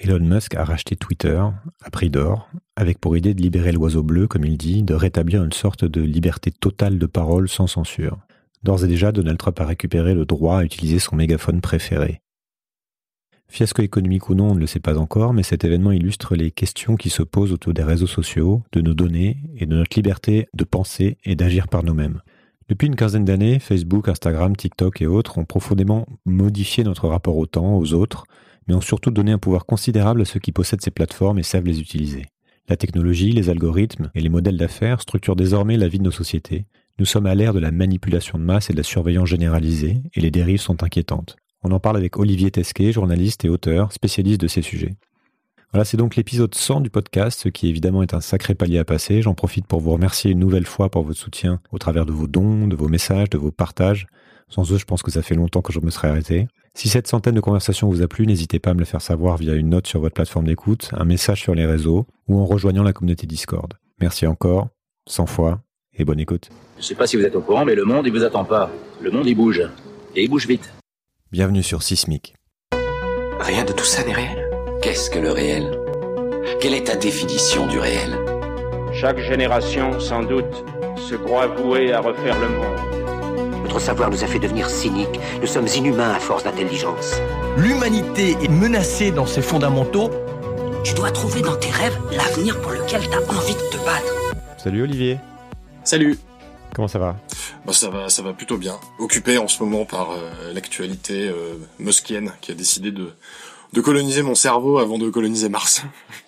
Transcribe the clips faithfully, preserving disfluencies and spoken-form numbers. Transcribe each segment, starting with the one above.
Elon Musk a racheté Twitter à prix d'or, avec pour idée de libérer l'oiseau bleu, comme il dit, de rétablir une sorte de liberté totale de parole sans censure. D'ores et déjà, Donald Trump a récupéré le droit à utiliser son mégaphone préféré. Fiasco économique ou non, on ne le sait pas encore, mais cet événement illustre les questions qui se posent autour des réseaux sociaux, de nos données et de notre liberté de penser et d'agir par nous-mêmes. Depuis une quinzaine d'années, Facebook, Instagram, TikTok et autres ont profondément modifié notre rapport au temps, aux autres, mais ont surtout donné un pouvoir considérable à ceux qui possèdent ces plateformes et savent les utiliser. La technologie, les algorithmes et les modèles d'affaires structurent désormais la vie de nos sociétés. Nous sommes à l'ère de la manipulation de masse et de la surveillance généralisée, et les dérives sont inquiétantes. On en parle avec Olivier Tesquet, journaliste et auteur, spécialiste de ces sujets. Voilà, c'est donc l'épisode cent du podcast, ce qui évidemment est un sacré palier à passer. J'en profite pour vous remercier une nouvelle fois pour votre soutien au travers de vos dons, de vos messages, de vos partages. Sans eux, je pense que ça fait longtemps que je me serais arrêté. Si cette centaine de conversations vous a plu, n'hésitez pas à me le faire savoir via une note sur votre plateforme d'écoute, un message sur les réseaux ou en rejoignant la communauté Discord. Merci encore, cent fois, et bonne écoute. Je sais pas si vous êtes au courant, mais le monde, il vous attend pas. Le monde, il bouge. Et il bouge vite. Bienvenue sur Sismic. Rien de tout ça n'est réel. Qu'est-ce que le réel ? Quelle est ta définition du réel ? Chaque génération, sans doute, se croit vouée à refaire le monde. Notre savoir nous a fait devenir cyniques. Nous sommes inhumains à force d'intelligence. L'humanité est menacée dans ses fondamentaux. Tu dois trouver dans tes rêves l'avenir pour lequel tu as envie de te battre. Salut Olivier. Salut. Comment ça va ? Bah ça va, ça va plutôt bien. Occupé en ce moment par euh, l'actualité euh, muskienne qui a décidé de de coloniser mon cerveau avant de coloniser Mars.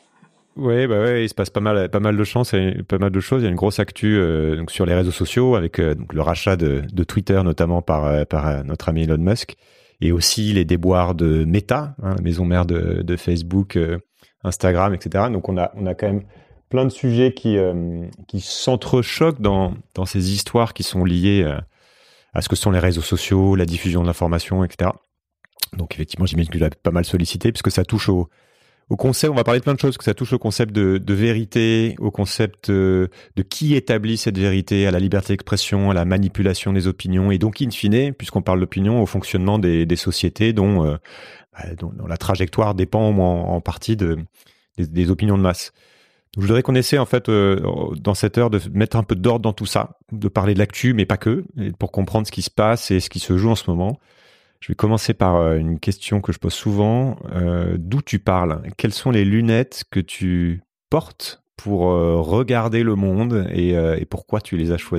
Ouais, bah ouais, il se passe pas mal, pas mal de choses, pas mal de choses. Il y a une grosse actu euh, donc sur les réseaux sociaux avec euh, donc le rachat de, de Twitter notamment par euh, par euh, notre ami Elon Musk, et aussi les déboires de Meta, hein, la maison mère de, de Facebook, euh, Instagram, et cetera. Donc on a on a quand même plein de sujets qui euh, qui s'entrechoquent dans dans ces histoires qui sont liées euh, à ce que sont les réseaux sociaux, la diffusion de l'information, et cetera. Donc effectivement, j'imagine que je l'ai pas mal sollicité puisque ça touche au Au concept, on va parler de plein de choses, que ça touche au concept de, de vérité, au concept euh, de qui établit cette vérité, à la liberté d'expression, à la manipulation des opinions, et donc in fine, puisqu'on parle d'opinion, au fonctionnement des, des sociétés dont, euh, bah, dont, dont la trajectoire dépend au moins en, en partie de, des, des opinions de masse. Donc, je voudrais qu'on essaie en fait euh, dans cette heure de mettre un peu d'ordre dans tout ça, de parler de l'actu, mais pas que, pour comprendre ce qui se passe et ce qui se joue en ce moment. Je vais commencer par une question que je pose souvent. Euh, d'où tu parles ? Quelles sont les lunettes que tu portes pour euh, regarder le monde et, euh, et pourquoi tu les as choisies ?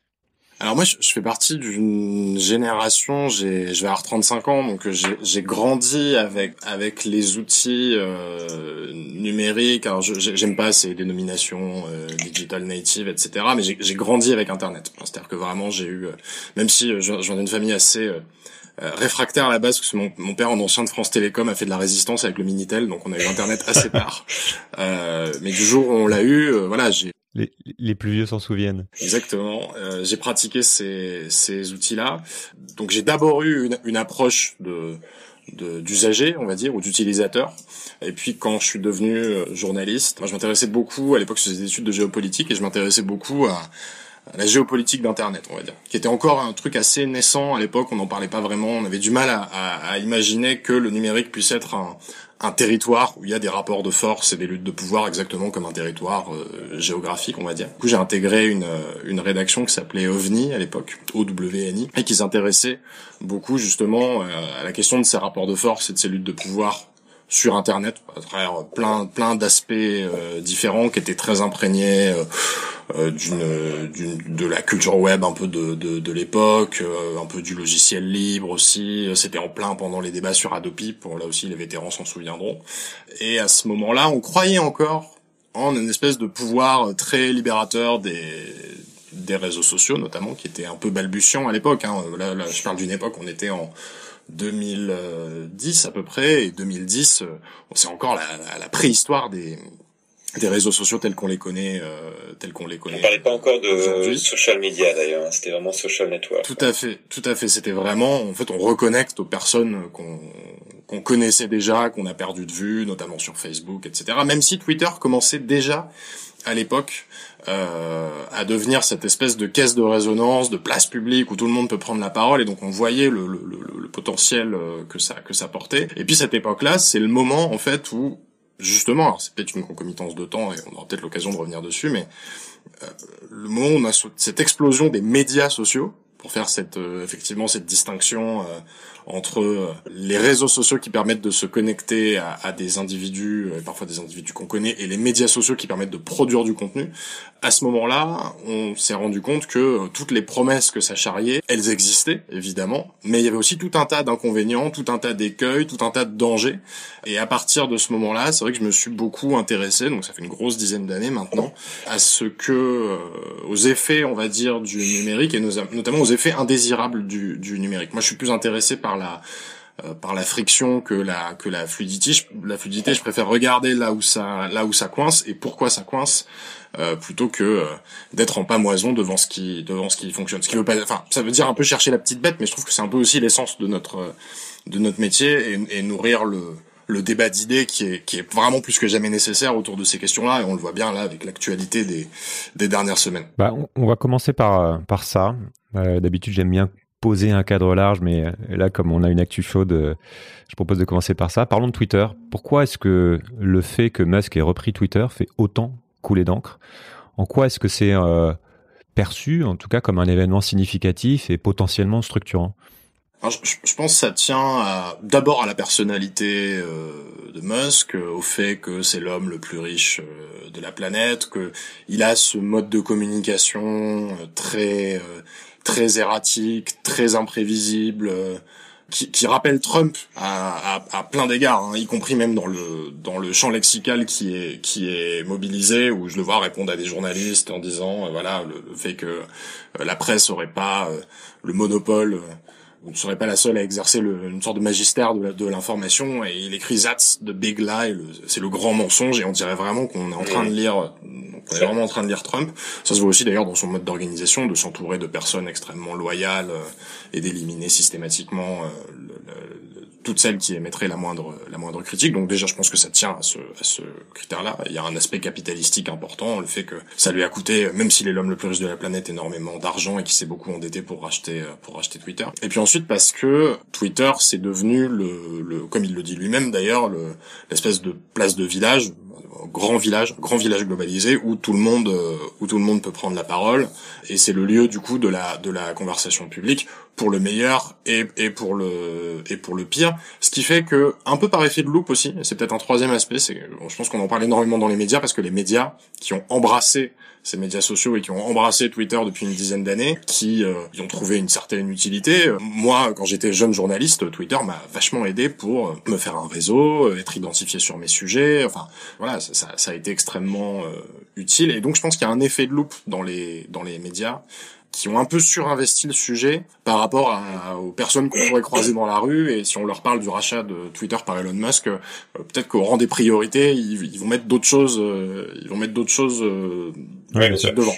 Alors moi, je, je fais partie d'une génération, j'ai, je vais avoir trente-cinq ans, donc j'ai, j'ai grandi avec avec les outils euh, numériques. Alors je, j'aime pas ces dénominations euh, digital native, et cetera. Mais j'ai, j'ai grandi avec Internet. C'est-à-dire que vraiment, j'ai eu, euh, même si je, je viens d'une famille assez euh, Euh, réfractaire à la base, parce que mon, mon père en ancien de France Télécom a fait de la résistance avec le Minitel, donc on a eu Internet assez tard. Euh, mais du jour où on l'a eu, euh, voilà, j'ai... Les, les plus vieux s'en souviennent. Exactement. Euh, j'ai pratiqué ces, ces outils-là. Donc j'ai d'abord eu une, une approche de, de d'usager, on va dire, ou d'utilisateur. Et puis quand je suis devenu journaliste, moi je m'intéressais beaucoup, à l'époque je faisais des études de géopolitique, et je m'intéressais beaucoup à la géopolitique d'Internet, on va dire, qui était encore un truc assez naissant à l'époque. On n'en parlait pas vraiment, on avait du mal à, à, à imaginer que le numérique puisse être un, un territoire où il y a des rapports de force et des luttes de pouvoir exactement comme un territoire euh, géographique, on va dire. Du coup, j'ai intégré une, une rédaction qui s'appelait OVNI à l'époque, O W N I, et qui s'intéressait beaucoup justement à la question de ces rapports de force et de ces luttes de pouvoir sur Internet, à travers plein plein d'aspects euh, différents qui étaient très imprégnés euh, euh, d'une, d'une de la culture web un peu de de, de l'époque, euh, un peu du logiciel libre aussi. C'était en plein pendant les débats sur Adopi, pour là aussi les vétérans s'en souviendront. Et à ce moment-là, on croyait encore en une espèce de pouvoir très libérateur des des réseaux sociaux, notamment, qui étaient un peu balbutiants à l'époque. Hein. Là, là, je parle d'une époque, on était en deux mille dix à peu près, et deux mille dix, c'est encore la, la, la préhistoire des des réseaux sociaux tels qu'on les connaît, euh, tels qu'on les connaît. On parlait pas encore de aujourd'hui. social media d'ailleurs, hein. C'était vraiment social network. Tout à fait, tout à fait. C'était vraiment, en fait, on reconnecte aux personnes qu'on qu'on connaissait déjà, qu'on a perdu de vue, notamment sur Facebook, et cetera. Même si Twitter commençait déjà à l'époque euh, à devenir cette espèce de caisse de résonance, de place publique où tout le monde peut prendre la parole, et donc on voyait le, le, le, le potentiel que ça que ça portait. Et puis cette époque-là, c'est le moment en fait où justement, alors c'est peut-être une concomitance de temps et on aura peut-être l'occasion de revenir dessus, mais euh, le moment où on a cette explosion des médias sociaux, pour faire cette euh, effectivement cette distinction euh, entre euh, les réseaux sociaux qui permettent de se connecter à, à des individus, euh, parfois des individus qu'on connaît, et les médias sociaux qui permettent de produire du contenu. À ce moment-là, on s'est rendu compte que euh, toutes les promesses que ça charriait, elles existaient évidemment, mais il y avait aussi tout un tas d'inconvénients, tout un tas d'écueils, tout un tas de dangers. Et à partir de ce moment-là, c'est vrai que je me suis beaucoup intéressé, donc ça fait une grosse dizaine d'années maintenant, à ce que euh, aux effets, on va dire, du numérique et notamment aux effets indésirables du, du numérique. Moi, je suis plus intéressé par la euh, par la friction que la que la fluidité. Je, la fluidité, je préfère regarder là où ça là où ça coince et pourquoi ça coince, euh, plutôt que euh, d'être en pamoison devant ce qui devant ce qui fonctionne. Ce qui veut pas, enfin, ça veut dire un peu chercher la petite bête, mais je trouve que c'est un peu aussi l'essence de notre de notre métier et, et nourrir le le débat d'idées qui est qui est vraiment plus que jamais nécessaire autour de ces questions-là, et on le voit bien là avec l'actualité des des dernières semaines. Bah, on, on va commencer par par ça. Euh, d'habitude, j'aime bien poser un cadre large, mais là, comme on a une actu chaude, euh, je propose de commencer par ça. Parlons de Twitter. Pourquoi est-ce que le fait que Musk ait repris Twitter fait autant couler d'encre ? En quoi est-ce que c'est euh, perçu, en tout cas, comme un événement significatif et potentiellement structurant ? Alors, je, je pense que ça tient à, d'abord à la personnalité euh, de Musk, euh, au fait que c'est l'homme le plus riche euh, de la planète, que il a ce mode de communication euh, très euh, très erratique, très imprévisible, euh, qui, qui rappelle Trump à, à, à plein d'égards, hein, y compris même dans le dans le champ lexical qui est qui est mobilisé, où je le vois répondre à des journalistes en disant euh, voilà le, le fait que euh, la presse aurait pas euh, le monopole. Euh, Vous ne serez pas la seule à exercer le, une sorte de magistère de, la, de l'information, et il écrit That's the big lie, le, c'est le grand mensonge, et on dirait vraiment qu'on est en train de lire, on est vraiment en train de lire Trump. Ça se voit aussi d'ailleurs dans son mode d'organisation, de s'entourer de personnes extrêmement loyales euh, et d'éliminer systématiquement euh, le, le, toutes celles qui émettraient la moindre la moindre critique. Donc déjà, je pense que ça tient à ce à ce critère-là. Il y a un aspect capitalistique important, le fait que ça lui a coûté, même s'il est l'homme le plus riche de la planète, énormément d'argent et qu'il s'est beaucoup endetté pour racheter pour racheter Twitter. Et puis ensuite parce que Twitter c'est devenu le le comme il le dit lui-même d'ailleurs, le l'espèce de place de village, grand village, grand village globalisé où tout le monde où tout le monde peut prendre la parole, et c'est le lieu du coup de la de la conversation publique, pour le meilleur et et pour le et pour le pire, ce qui fait que, un peu par effet de loupe aussi, c'est peut-être un troisième aspect, c'est je pense qu'on en parle énormément dans les médias, parce que les médias qui ont embrassé ces médias sociaux et qui ont embrassé Twitter depuis une dizaine d'années, qui euh, y ont trouvé une certaine utilité. Moi, quand j'étais jeune journaliste, Twitter m'a vachement aidé pour me faire un réseau, être identifié sur mes sujets. Enfin, voilà, ça, ça, ça a été extrêmement euh, utile. Et donc, je pense qu'il y a un effet de loupe dans les dans les médias qui ont un peu surinvesti le sujet par rapport à, aux personnes qu'on pourrait croiser dans la rue. Et si on leur parle du rachat de Twitter par Elon Musk, euh, peut-être qu'au rang des priorités, ils, ils vont mettre d'autres choses, euh, ils vont mettre d'autres choses euh, ouais, devant.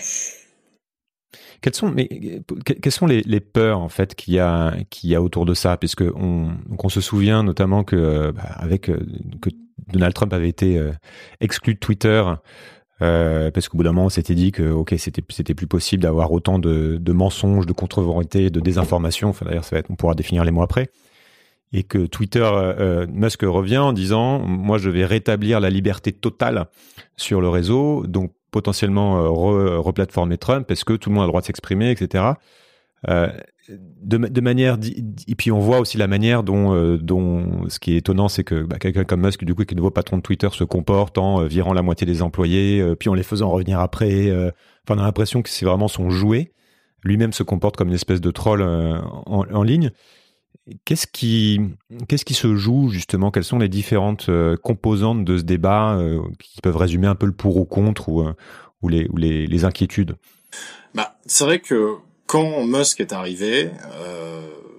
Quelles sont, mais quelles sont les, les peurs en fait qu'il y a qu'il y a autour de ça, puisque on donc on se souvient notamment que bah, avec que Donald Trump avait été euh, exclu de Twitter. Euh, parce qu'au bout d'un moment, on s'était dit que ok, c'était c'était plus possible d'avoir autant de, de mensonges, de contre-vérités, de désinformation. Enfin, d'ailleurs, ça va être, on pourra définir les mots après. Et que Twitter, euh, Musk revient en disant, moi, je vais rétablir la liberté totale sur le réseau, donc potentiellement euh, re, replatformer Trump, parce que tout le monde a le droit de s'exprimer, et cetera. Euh, de, de manière, et puis on voit aussi la manière dont, euh, dont ce qui est étonnant, c'est que bah, quelqu'un comme Musk, du coup, qui est le nouveau patron de Twitter, se comporte en euh, virant la moitié des employés, euh, puis en les faisant revenir après. Euh, enfin, on a l'impression que c'est vraiment son jouet. Lui-même se comporte comme une espèce de troll euh, en, en ligne. Qu'est-ce qui, qu'est-ce qui se joue justement ? Quelles sont les différentes euh, composantes de ce débat euh, qui peuvent résumer un peu le pour ou contre, ou, euh, ou, les, ou les, les inquiétudes ? Bah, c'est vrai que quand Musk est arrivé, euh,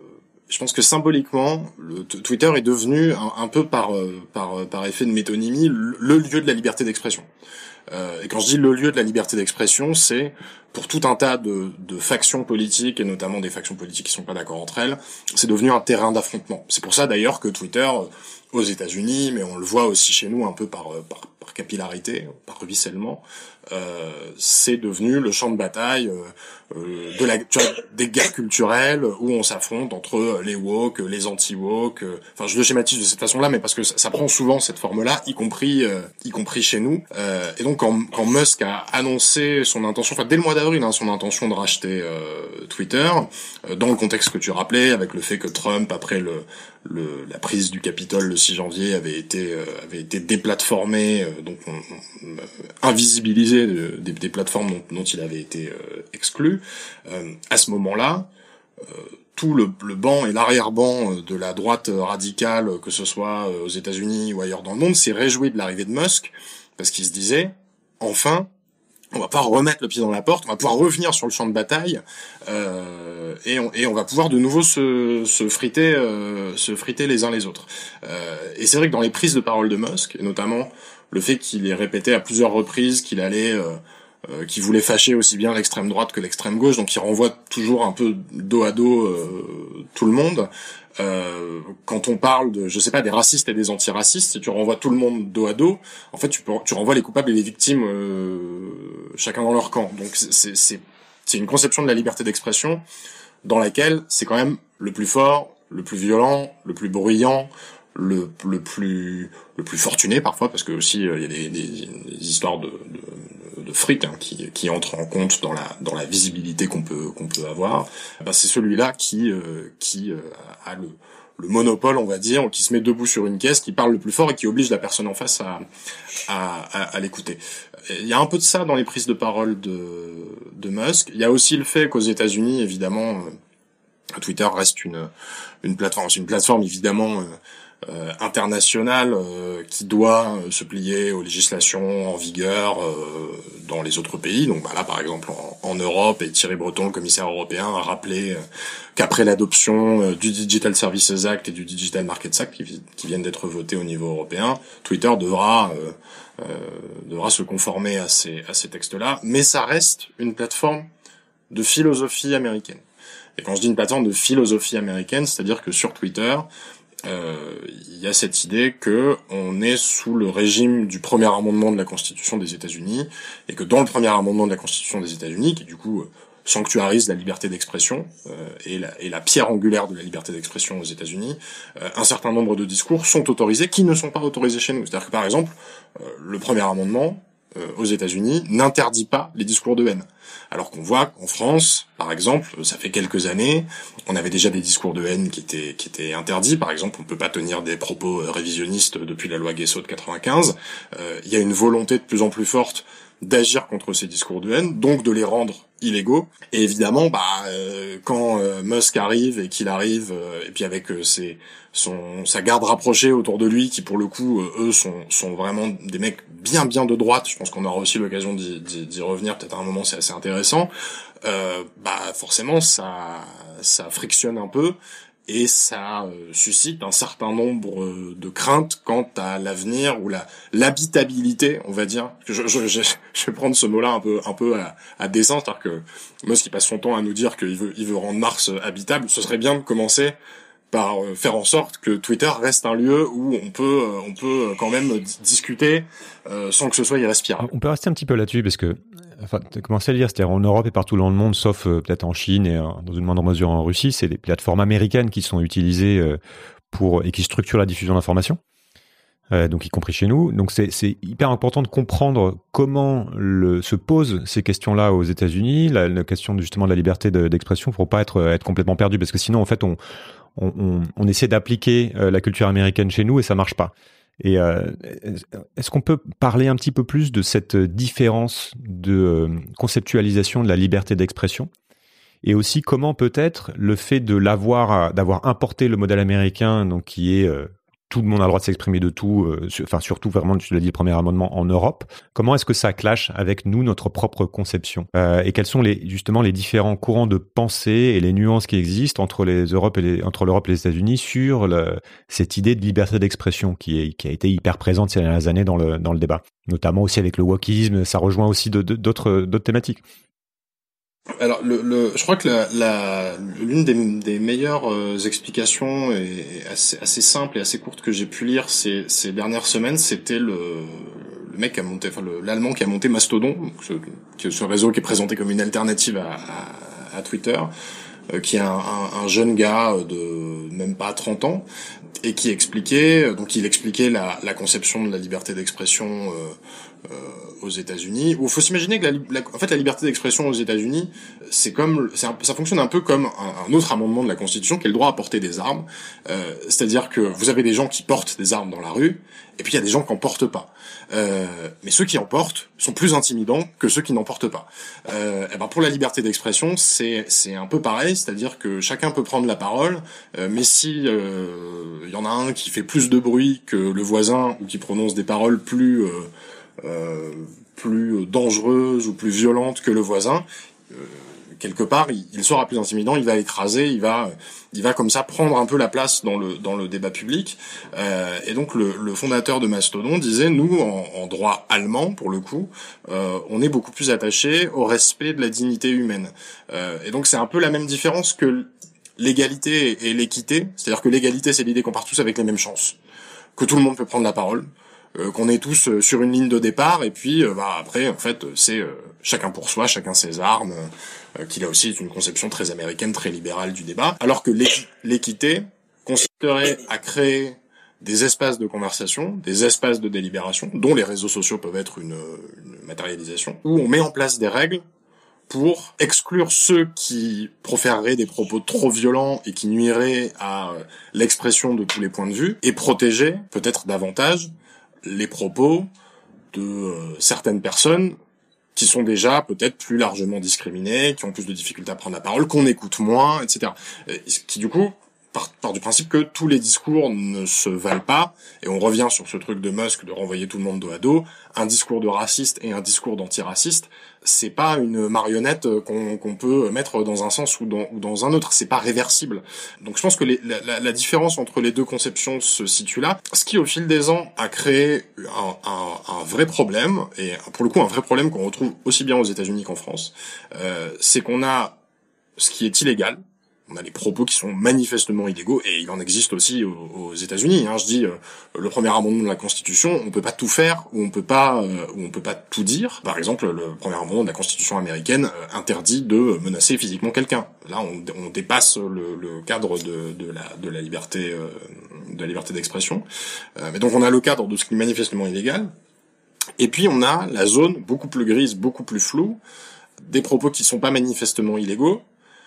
je pense que symboliquement, le t- Twitter est devenu un, un peu par, euh, par, par effet de métonymie le, le lieu de la liberté d'expression. Euh, et quand je dis le lieu de la liberté d'expression, c'est pour tout un tas de, de factions politiques, et notamment des factions politiques qui sont pas d'accord entre elles, c'est devenu un terrain d'affrontement. C'est pour ça d'ailleurs que Twitter, aux États-Unis, mais on le voit aussi chez nous un peu par, par, par capillarité, par ruissellement, euh, c'est devenu le champ de bataille euh, euh, de la, tu vois, des guerres culturelles où on s'affronte entre les woke, les anti-woke. Euh, enfin, je le schématise de cette façon-là, mais parce que ça, ça prend souvent cette forme-là, y compris, euh, y compris chez nous. Euh, et donc, quand, quand Musk a annoncé son intention, enfin dès le mois d'avril, hein, son intention de racheter euh, Twitter, euh, dans le contexte que tu rappelais, avec le fait que Trump, après le, le la prise du Capitole le six janvier, avait été euh, avait été déplatformé, euh, donc on, on, euh, invisibilisé de, des, des plateformes dont, dont il avait été euh, exclu. Euh, à ce moment-là, euh, tout le, le banc et l'arrière-banc de la droite radicale, que ce soit aux États-Unis ou ailleurs dans le monde, s'est réjoui de l'arrivée de Musk, parce qu'il se disait, enfin, on va pouvoir remettre le pied dans la porte, on va pouvoir revenir sur le champ de bataille, euh, et, on, et on va pouvoir de nouveau se, se friter, euh, se friter les uns les autres. Euh, et c'est vrai que dans les prises de parole de Musk, et notamment le fait qu'il ait répété à plusieurs reprises qu'il allait, euh, euh, qu'il voulait fâcher aussi bien l'extrême droite que l'extrême gauche, donc il renvoie toujours un peu dos à dos euh, tout le monde. Euh, quand on parle de, je sais pas, des racistes et des antiracistes, si tu renvoies tout le monde dos à dos, en fait, tu peux, tu renvoies les coupables et les victimes euh, chacun dans leur camp. Donc c'est, c'est, c'est une conception de la liberté d'expression dans laquelle c'est quand même le plus fort, le plus violent, le plus bruyant, le, le plus, le plus fortuné parfois, parce que aussi il euh, y a des, des, des histoires de, de, de fric hein, qui, qui entrent en compte dans la, dans la visibilité qu'on peut, qu'on peut avoir. Ben, c'est celui-là qui, euh, qui euh, a le, le monopole, on va dire, qui se met debout sur une caisse, qui parle le plus fort et qui oblige la personne en face à, à, à, à l'écouter. Il y a un peu de ça dans les prises de parole de, de Musk. Il y a aussi le fait qu'aux États-Unis, évidemment, euh, Twitter reste une, une plateforme, c'est une plateforme évidemment. Euh, Euh, international euh, qui doit euh, se plier aux législations en vigueur euh, dans les autres pays. Donc bah, là, par exemple, en, en Europe, et Thierry Breton, le commissaire européen, a rappelé euh, qu'après l'adoption euh, du Digital Services Act et du Digital Markets Act, qui, qui viennent d'être votés au niveau européen, Twitter devra euh, euh, devra se conformer à ces, à ces textes-là. Mais ça reste une plateforme de philosophie américaine. Et quand je dis une plateforme de philosophie américaine, c'est-à-dire que sur Twitter, Euh, il y a cette idée que on est sous le régime du premier amendement de la Constitution des États-Unis, et que dans le premier amendement de la Constitution des États-Unis, qui du coup sanctuarise la liberté d'expression euh, et, la, et la pierre angulaire de la liberté d'expression aux États-Unis, euh, un certain nombre de discours sont autorisés qui ne sont pas autorisés chez nous. C'est-à-dire que par exemple, euh, le premier amendement euh, aux États-Unis n'interdit pas les discours de haine. Alors qu'on voit qu'en France, par exemple, ça fait quelques années, on avait déjà des discours de haine qui étaient qui étaient interdits. Par exemple, on ne peut pas tenir des propos révisionnistes depuis la loi Guesso de quatre-vingt-quinze. Euh, il y a une volonté de plus en plus forte d'agir contre ces discours de haine, donc de les rendre illégaux. Et évidemment, bah euh, quand euh, Musk arrive et qu'il arrive, euh, et puis avec euh, ses, son sa garde rapprochée autour de lui, qui pour le coup, euh, eux sont sont vraiment des mecs bien bien de droite. Je pense qu'on aura aussi l'occasion d'y, d'y, d'y revenir peut-être à un moment, c'est assez intéressant. Euh, bah forcément, ça ça frictionne un peu. Et ça euh, suscite un certain nombre euh, de craintes quant à l'avenir ou la l'habitabilité, on va dire. Je, je, je, je vais prendre ce mot-là un peu un peu à, à dessein, c'est-à-dire que Musk qui passe son temps à nous dire qu'il veut il veut rendre Mars habitable, ce serait bien de commencer par euh, faire en sorte que Twitter reste un lieu où on peut euh, on peut quand même d- discuter euh, sans que ce soit irrespirable. On peut rester un petit peu là-dessus parce que enfin, tu as commencé à le dire, c'est-à-dire en Europe et partout dans le monde, sauf euh, peut-être en Chine et euh, dans une moindre mesure en Russie, c'est des plateformes américaines qui sont utilisées euh, pour et qui structurent la diffusion d'informations, euh, donc y compris chez nous. Donc c'est, c'est hyper important de comprendre comment le, se posent ces questions-là aux États-Unis, la, la question justement de la liberté de, d'expression, pour pas être être complètement perdu, parce que sinon en fait on on, on, on essaie d'appliquer euh, la culture américaine chez nous et ça marche pas. Et euh, est-ce qu'on peut parler un petit peu plus de cette différence de euh, conceptualisation de la liberté d'expression, et aussi comment peut-être le fait de l'avoir, d'avoir importé le modèle américain, donc qui est euh, tout le monde a le droit de s'exprimer de tout, euh, sur, enfin surtout vraiment, tu l'as dit, le premier amendement en Europe. Comment est-ce que ça clash avec nous, notre propre conception euh, et quels sont les, justement les différents courants de pensée et les nuances qui existent entre les Europes et les, entre l'Europe et les États-Unis sur le, cette idée de liberté d'expression qui est qui a été hyper présente ces dernières années dans le dans le débat, notamment aussi avec le wokisme. Ça rejoint aussi de, de, d'autres d'autres thématiques. Alors, le, le, je crois que la, la, l'une des, des meilleures euh, explications et assez, assez simple et assez courte que j'ai pu lire ces, ces dernières semaines, c'était le, le mec qui a monté, enfin le, l'allemand qui a monté Mastodon, ce, ce réseau qui est présenté comme une alternative à, à, à Twitter, euh, qui est un, un, un jeune gars de même pas trente ans et qui expliquait, donc il expliquait la, la conception de la liberté d'expression. Euh, Euh, aux États-Unis, où il faut s'imaginer que la, la, en fait la liberté d'expression aux États-Unis, c'est comme, c'est un, ça fonctionne un peu comme un, un autre amendement de la Constitution qui est le droit à porter des armes. Euh, c'est-à-dire que vous avez des gens qui portent des armes dans la rue, et puis il y a des gens qui en portent pas. Euh, mais ceux qui en portent sont plus intimidants que ceux qui n'en portent pas. Euh, et ben pour la liberté d'expression, c'est c'est un peu pareil, c'est-à-dire que chacun peut prendre la parole, euh, mais si il euh, y en a un qui fait plus de bruit que le voisin ou qui prononce des paroles plus euh, Euh, plus dangereuse ou plus violente que le voisin, euh, quelque part il, il sera plus intimidant, il va écraser, il va il va comme ça prendre un peu la place dans le dans le débat public. Euh, et donc le, le fondateur de Mastodon disait, nous en, en droit allemand pour le coup, euh, on est beaucoup plus attaché au respect de la dignité humaine. Euh, et donc c'est un peu la même différence que l'égalité et l'équité, c'est-à-dire que l'égalité c'est l'idée qu'on part tous avec les mêmes chances, que tout le monde peut prendre la parole, Euh, qu'on est tous euh, sur une ligne de départ, et puis euh, bah après en fait c'est euh, chacun pour soi, chacun ses armes, euh, qui là aussi est une conception très américaine, très libérale du débat, alors que l'équ- l'équité consisterait à créer des espaces de conversation, des espaces de délibération, dont les réseaux sociaux peuvent être une, une matérialisation, où on met en place des règles pour exclure ceux qui proféreraient des propos trop violents et qui nuiraient à euh, l'expression de tous les points de vue, et protéger peut-être davantage les propos de euh, certaines personnes qui sont déjà peut-être plus largement discriminées, qui ont plus de difficultés à prendre la parole, qu'on écoute moins, et cetera. Et, qui du coup part, part du principe que tous les discours ne se valent pas, et on revient sur ce truc de Musk de renvoyer tout le monde dos à dos. Un discours de raciste et un discours d'antiraciste, c'est pas une marionnette qu'on, qu'on peut mettre dans un sens ou dans, ou dans un autre, c'est pas réversible. Donc je pense que les, la, la différence entre les deux conceptions se situe là, ce qui au fil des ans a créé un, un, un vrai problème, et pour le coup un vrai problème qu'on retrouve aussi bien aux États-Unis qu'en France, euh, c'est qu'on a ce qui est illégal. On a les propos qui sont manifestement illégaux, et il en existe aussi aux, aux États-Unis. Hein. Je dis, euh, le premier amendement de la Constitution, on peut pas tout faire, ou on peut pas, euh, ou on peut pas tout dire. Par exemple, le premier amendement de la Constitution américaine euh, interdit de menacer physiquement quelqu'un. Là, on, on dépasse le, le cadre de, de la, de la liberté, euh, de la liberté d'expression. Euh, mais donc, on a le cadre de ce qui est manifestement illégal. Et puis, on a la zone beaucoup plus grise, beaucoup plus floue, des propos qui sont pas manifestement illégaux,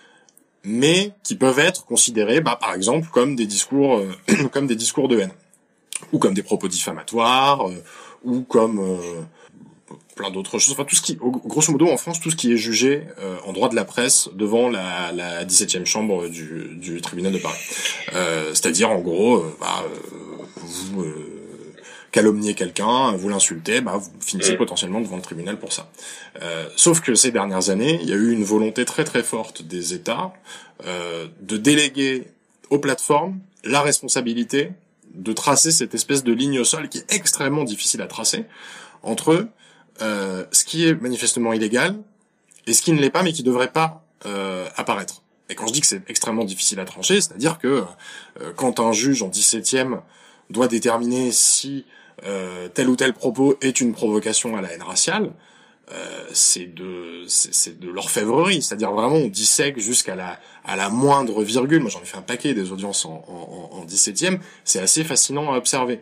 mais qui peuvent être considérés, bah, par exemple, comme des discours, euh, comme des discours de haine, ou comme des propos diffamatoires, euh, ou comme euh, plein d'autres choses. Enfin, tout ce qui, grosso modo, en France, tout ce qui est jugé euh, en droit de la presse devant la, la dix-septième chambre du, du tribunal de Paris. Euh, c'est-à-dire, en gros, euh, bah, euh, vous euh, calomniez quelqu'un, vous l'insultez, bah, vous finissez potentiellement devant le tribunal pour ça. Euh, sauf que ces dernières années, il y a eu une volonté très très forte des États euh, de déléguer aux plateformes la responsabilité de tracer cette espèce de ligne au sol qui est extrêmement difficile à tracer entre euh, ce qui est manifestement illégal et ce qui ne l'est pas mais qui devrait pas euh, apparaître. Et quand je dis que c'est extrêmement difficile à trancher, c'est-à-dire que euh, quand un juge en dix-septième doit déterminer si euh, tel ou tel propos est une provocation à la haine raciale, euh, c'est de c'est, c'est de l'orfèvrerie, c'est-à-dire vraiment on dissèque jusqu'à la à la moindre virgule. Moi j'en ai fait un paquet des audiences en, en, en dix-septième, c'est assez fascinant à observer.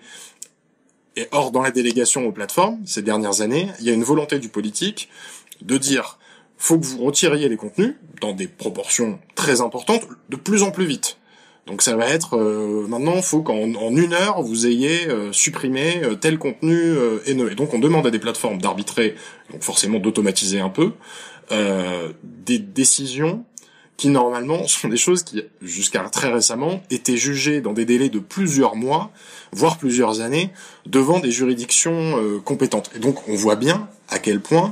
Et or dans la délégation aux plateformes ces dernières années, il y a une volonté du politique de dire faut que vous retiriez les contenus dans des proportions très importantes, de plus en plus vite. Donc ça va être euh, maintenant, faut qu'en en une heure vous ayez euh, supprimé euh, tel contenu euh, haineux. Et donc on demande à des plateformes d'arbitrer, donc forcément d'automatiser un peu euh, des décisions qui normalement sont des choses qui, jusqu'à très récemment, étaient jugées dans des délais de plusieurs mois, voire plusieurs années, devant des juridictions euh, compétentes. Et donc on voit bien à quel point,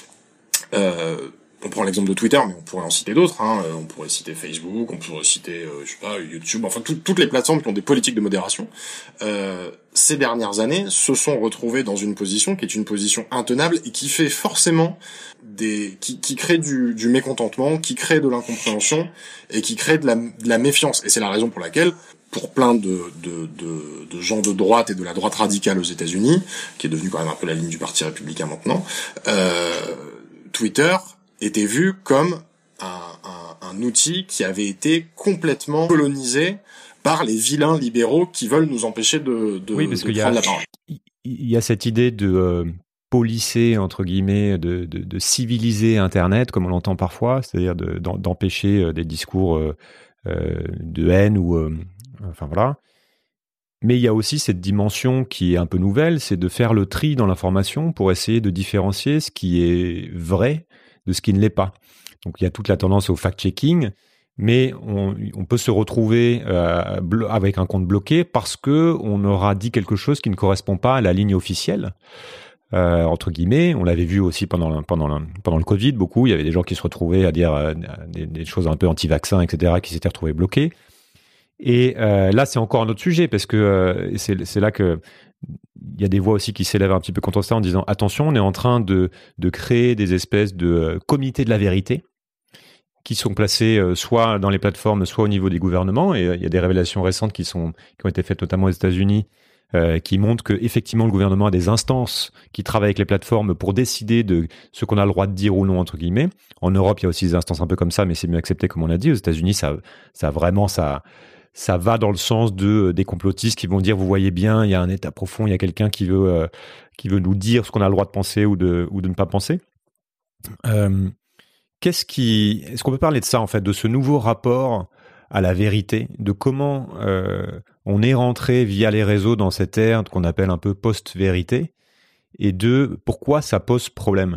euh, on prend l'exemple de Twitter, mais on pourrait en citer d'autres, hein, on pourrait citer Facebook, on pourrait citer, euh, je sais pas, YouTube, enfin tout, toutes les plateformes qui ont des politiques de modération, euh, ces dernières années se sont retrouvées dans une position qui est une position intenable et qui fait forcément des, qui, qui crée du, du mécontentement, qui crée de l'incompréhension et qui crée de la, de la méfiance. Et c'est la raison pour laquelle, pour plein de, de, de, de gens de droite et de la droite radicale aux États-Unis, qui est devenue quand même un peu la ligne du Parti républicain maintenant, euh, Twitter était vu comme un, un, un outil qui avait été complètement colonisé par les vilains libéraux qui veulent nous empêcher de, de, oui, parce de qu'il prendre y a, la parole. Il y a cette idée de euh, polisser, entre guillemets, de, de, de civiliser Internet, comme on l'entend parfois, c'est-à-dire de, d'empêcher des discours euh, euh, de haine ou... Euh, enfin voilà. Mais il y a aussi cette dimension qui est un peu nouvelle, c'est de faire le tri dans l'information pour essayer de différencier ce qui est vrai de ce qui ne l'est pas. Donc il y a toute la tendance au fact-checking, mais on, on peut se retrouver euh, blo- avec un compte bloqué parce que on aura dit quelque chose qui ne correspond pas à la ligne officielle. Euh, entre guillemets, on l'avait vu aussi pendant pendant pendant le Covid, beaucoup. Il y avait des gens qui se retrouvaient à dire euh, des, des choses un peu anti-vaccins, et cetera, qui s'étaient retrouvés bloqués. Et euh, là, c'est encore un autre sujet parce que euh, c'est, c'est là que il y a des voix aussi qui s'élèvent un petit peu contre ça en disant attention, on est en train de de créer des espèces de euh, comités de la vérité qui sont placés euh, soit dans les plateformes, soit au niveau des gouvernements. Et euh, il y a des révélations récentes qui sont qui ont été faites notamment aux États-Unis, euh, qui montrent que effectivement le gouvernement a des instances qui travaillent avec les plateformes pour décider de ce qu'on a le droit de dire ou non entre guillemets. En Europe, il y a aussi des instances un peu comme ça, mais c'est mieux accepté comme on l'a dit. Aux États-Unis, ça ça vraiment ça ça va dans le sens de des complotistes qui vont dire vous voyez bien, il y a un état profond, il y a quelqu'un qui veut euh, qui veut nous dire ce qu'on a le droit de penser ou de ou de ne pas penser. Euh, Qu'est-ce qui, est-ce qu'on peut parler de ça en fait, de ce nouveau rapport à la vérité, de comment euh, on est rentré via les réseaux dans cette ère qu'on appelle un peu post-vérité, et de pourquoi ça pose problème?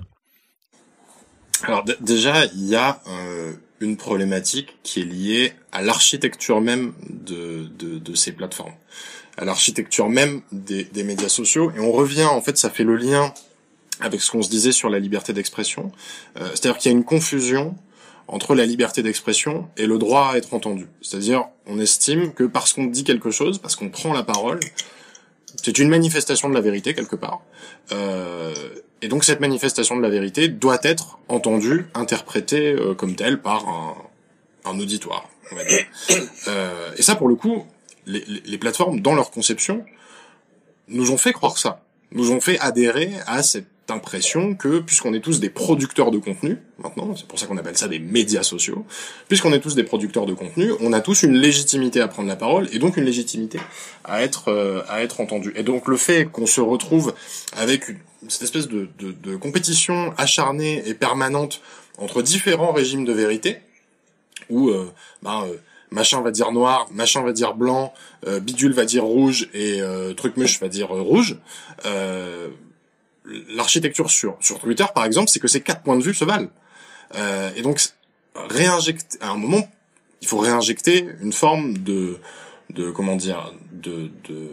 Alors d- déjà, il y a euh, une problématique qui est liée à l'architecture même de, de, de ces plateformes, à l'architecture même des, des médias sociaux, et on revient, en fait, ça fait le lien avec ce qu'on se disait sur la liberté d'expression, euh, c'est-à-dire qu'il y a une confusion entre la liberté d'expression et le droit à être entendu. C'est-à-dire, on estime que parce qu'on dit quelque chose, parce qu'on prend la parole, c'est une manifestation de la vérité quelque part, euh, et donc cette manifestation de la vérité doit être entendue, interprétée euh, comme telle par un, un auditoire, on va dire. Euh, et ça, pour le coup, les, les plateformes, dans leur conception, nous ont fait croire ça, nous ont fait adhérer à cette impression que, puisqu'on est tous des producteurs de contenu, maintenant, c'est pour ça qu'on appelle ça des médias sociaux, puisqu'on est tous des producteurs de contenu, on a tous une légitimité à prendre la parole, et donc une légitimité à être euh, à être entendu. Et donc le fait qu'on se retrouve avec une, cette espèce de, de, de compétition acharnée et permanente entre différents régimes de vérité, où euh, ben, euh, machin va dire noir, machin va dire blanc, euh, bidule va dire rouge, et euh, trucmuche va dire euh, rouge, euh, l'architecture sur sur Twitter par exemple, c'est que ces quatre points de vue se valent, euh, et donc réinjecter à un moment, il faut réinjecter une forme de de comment dire de de,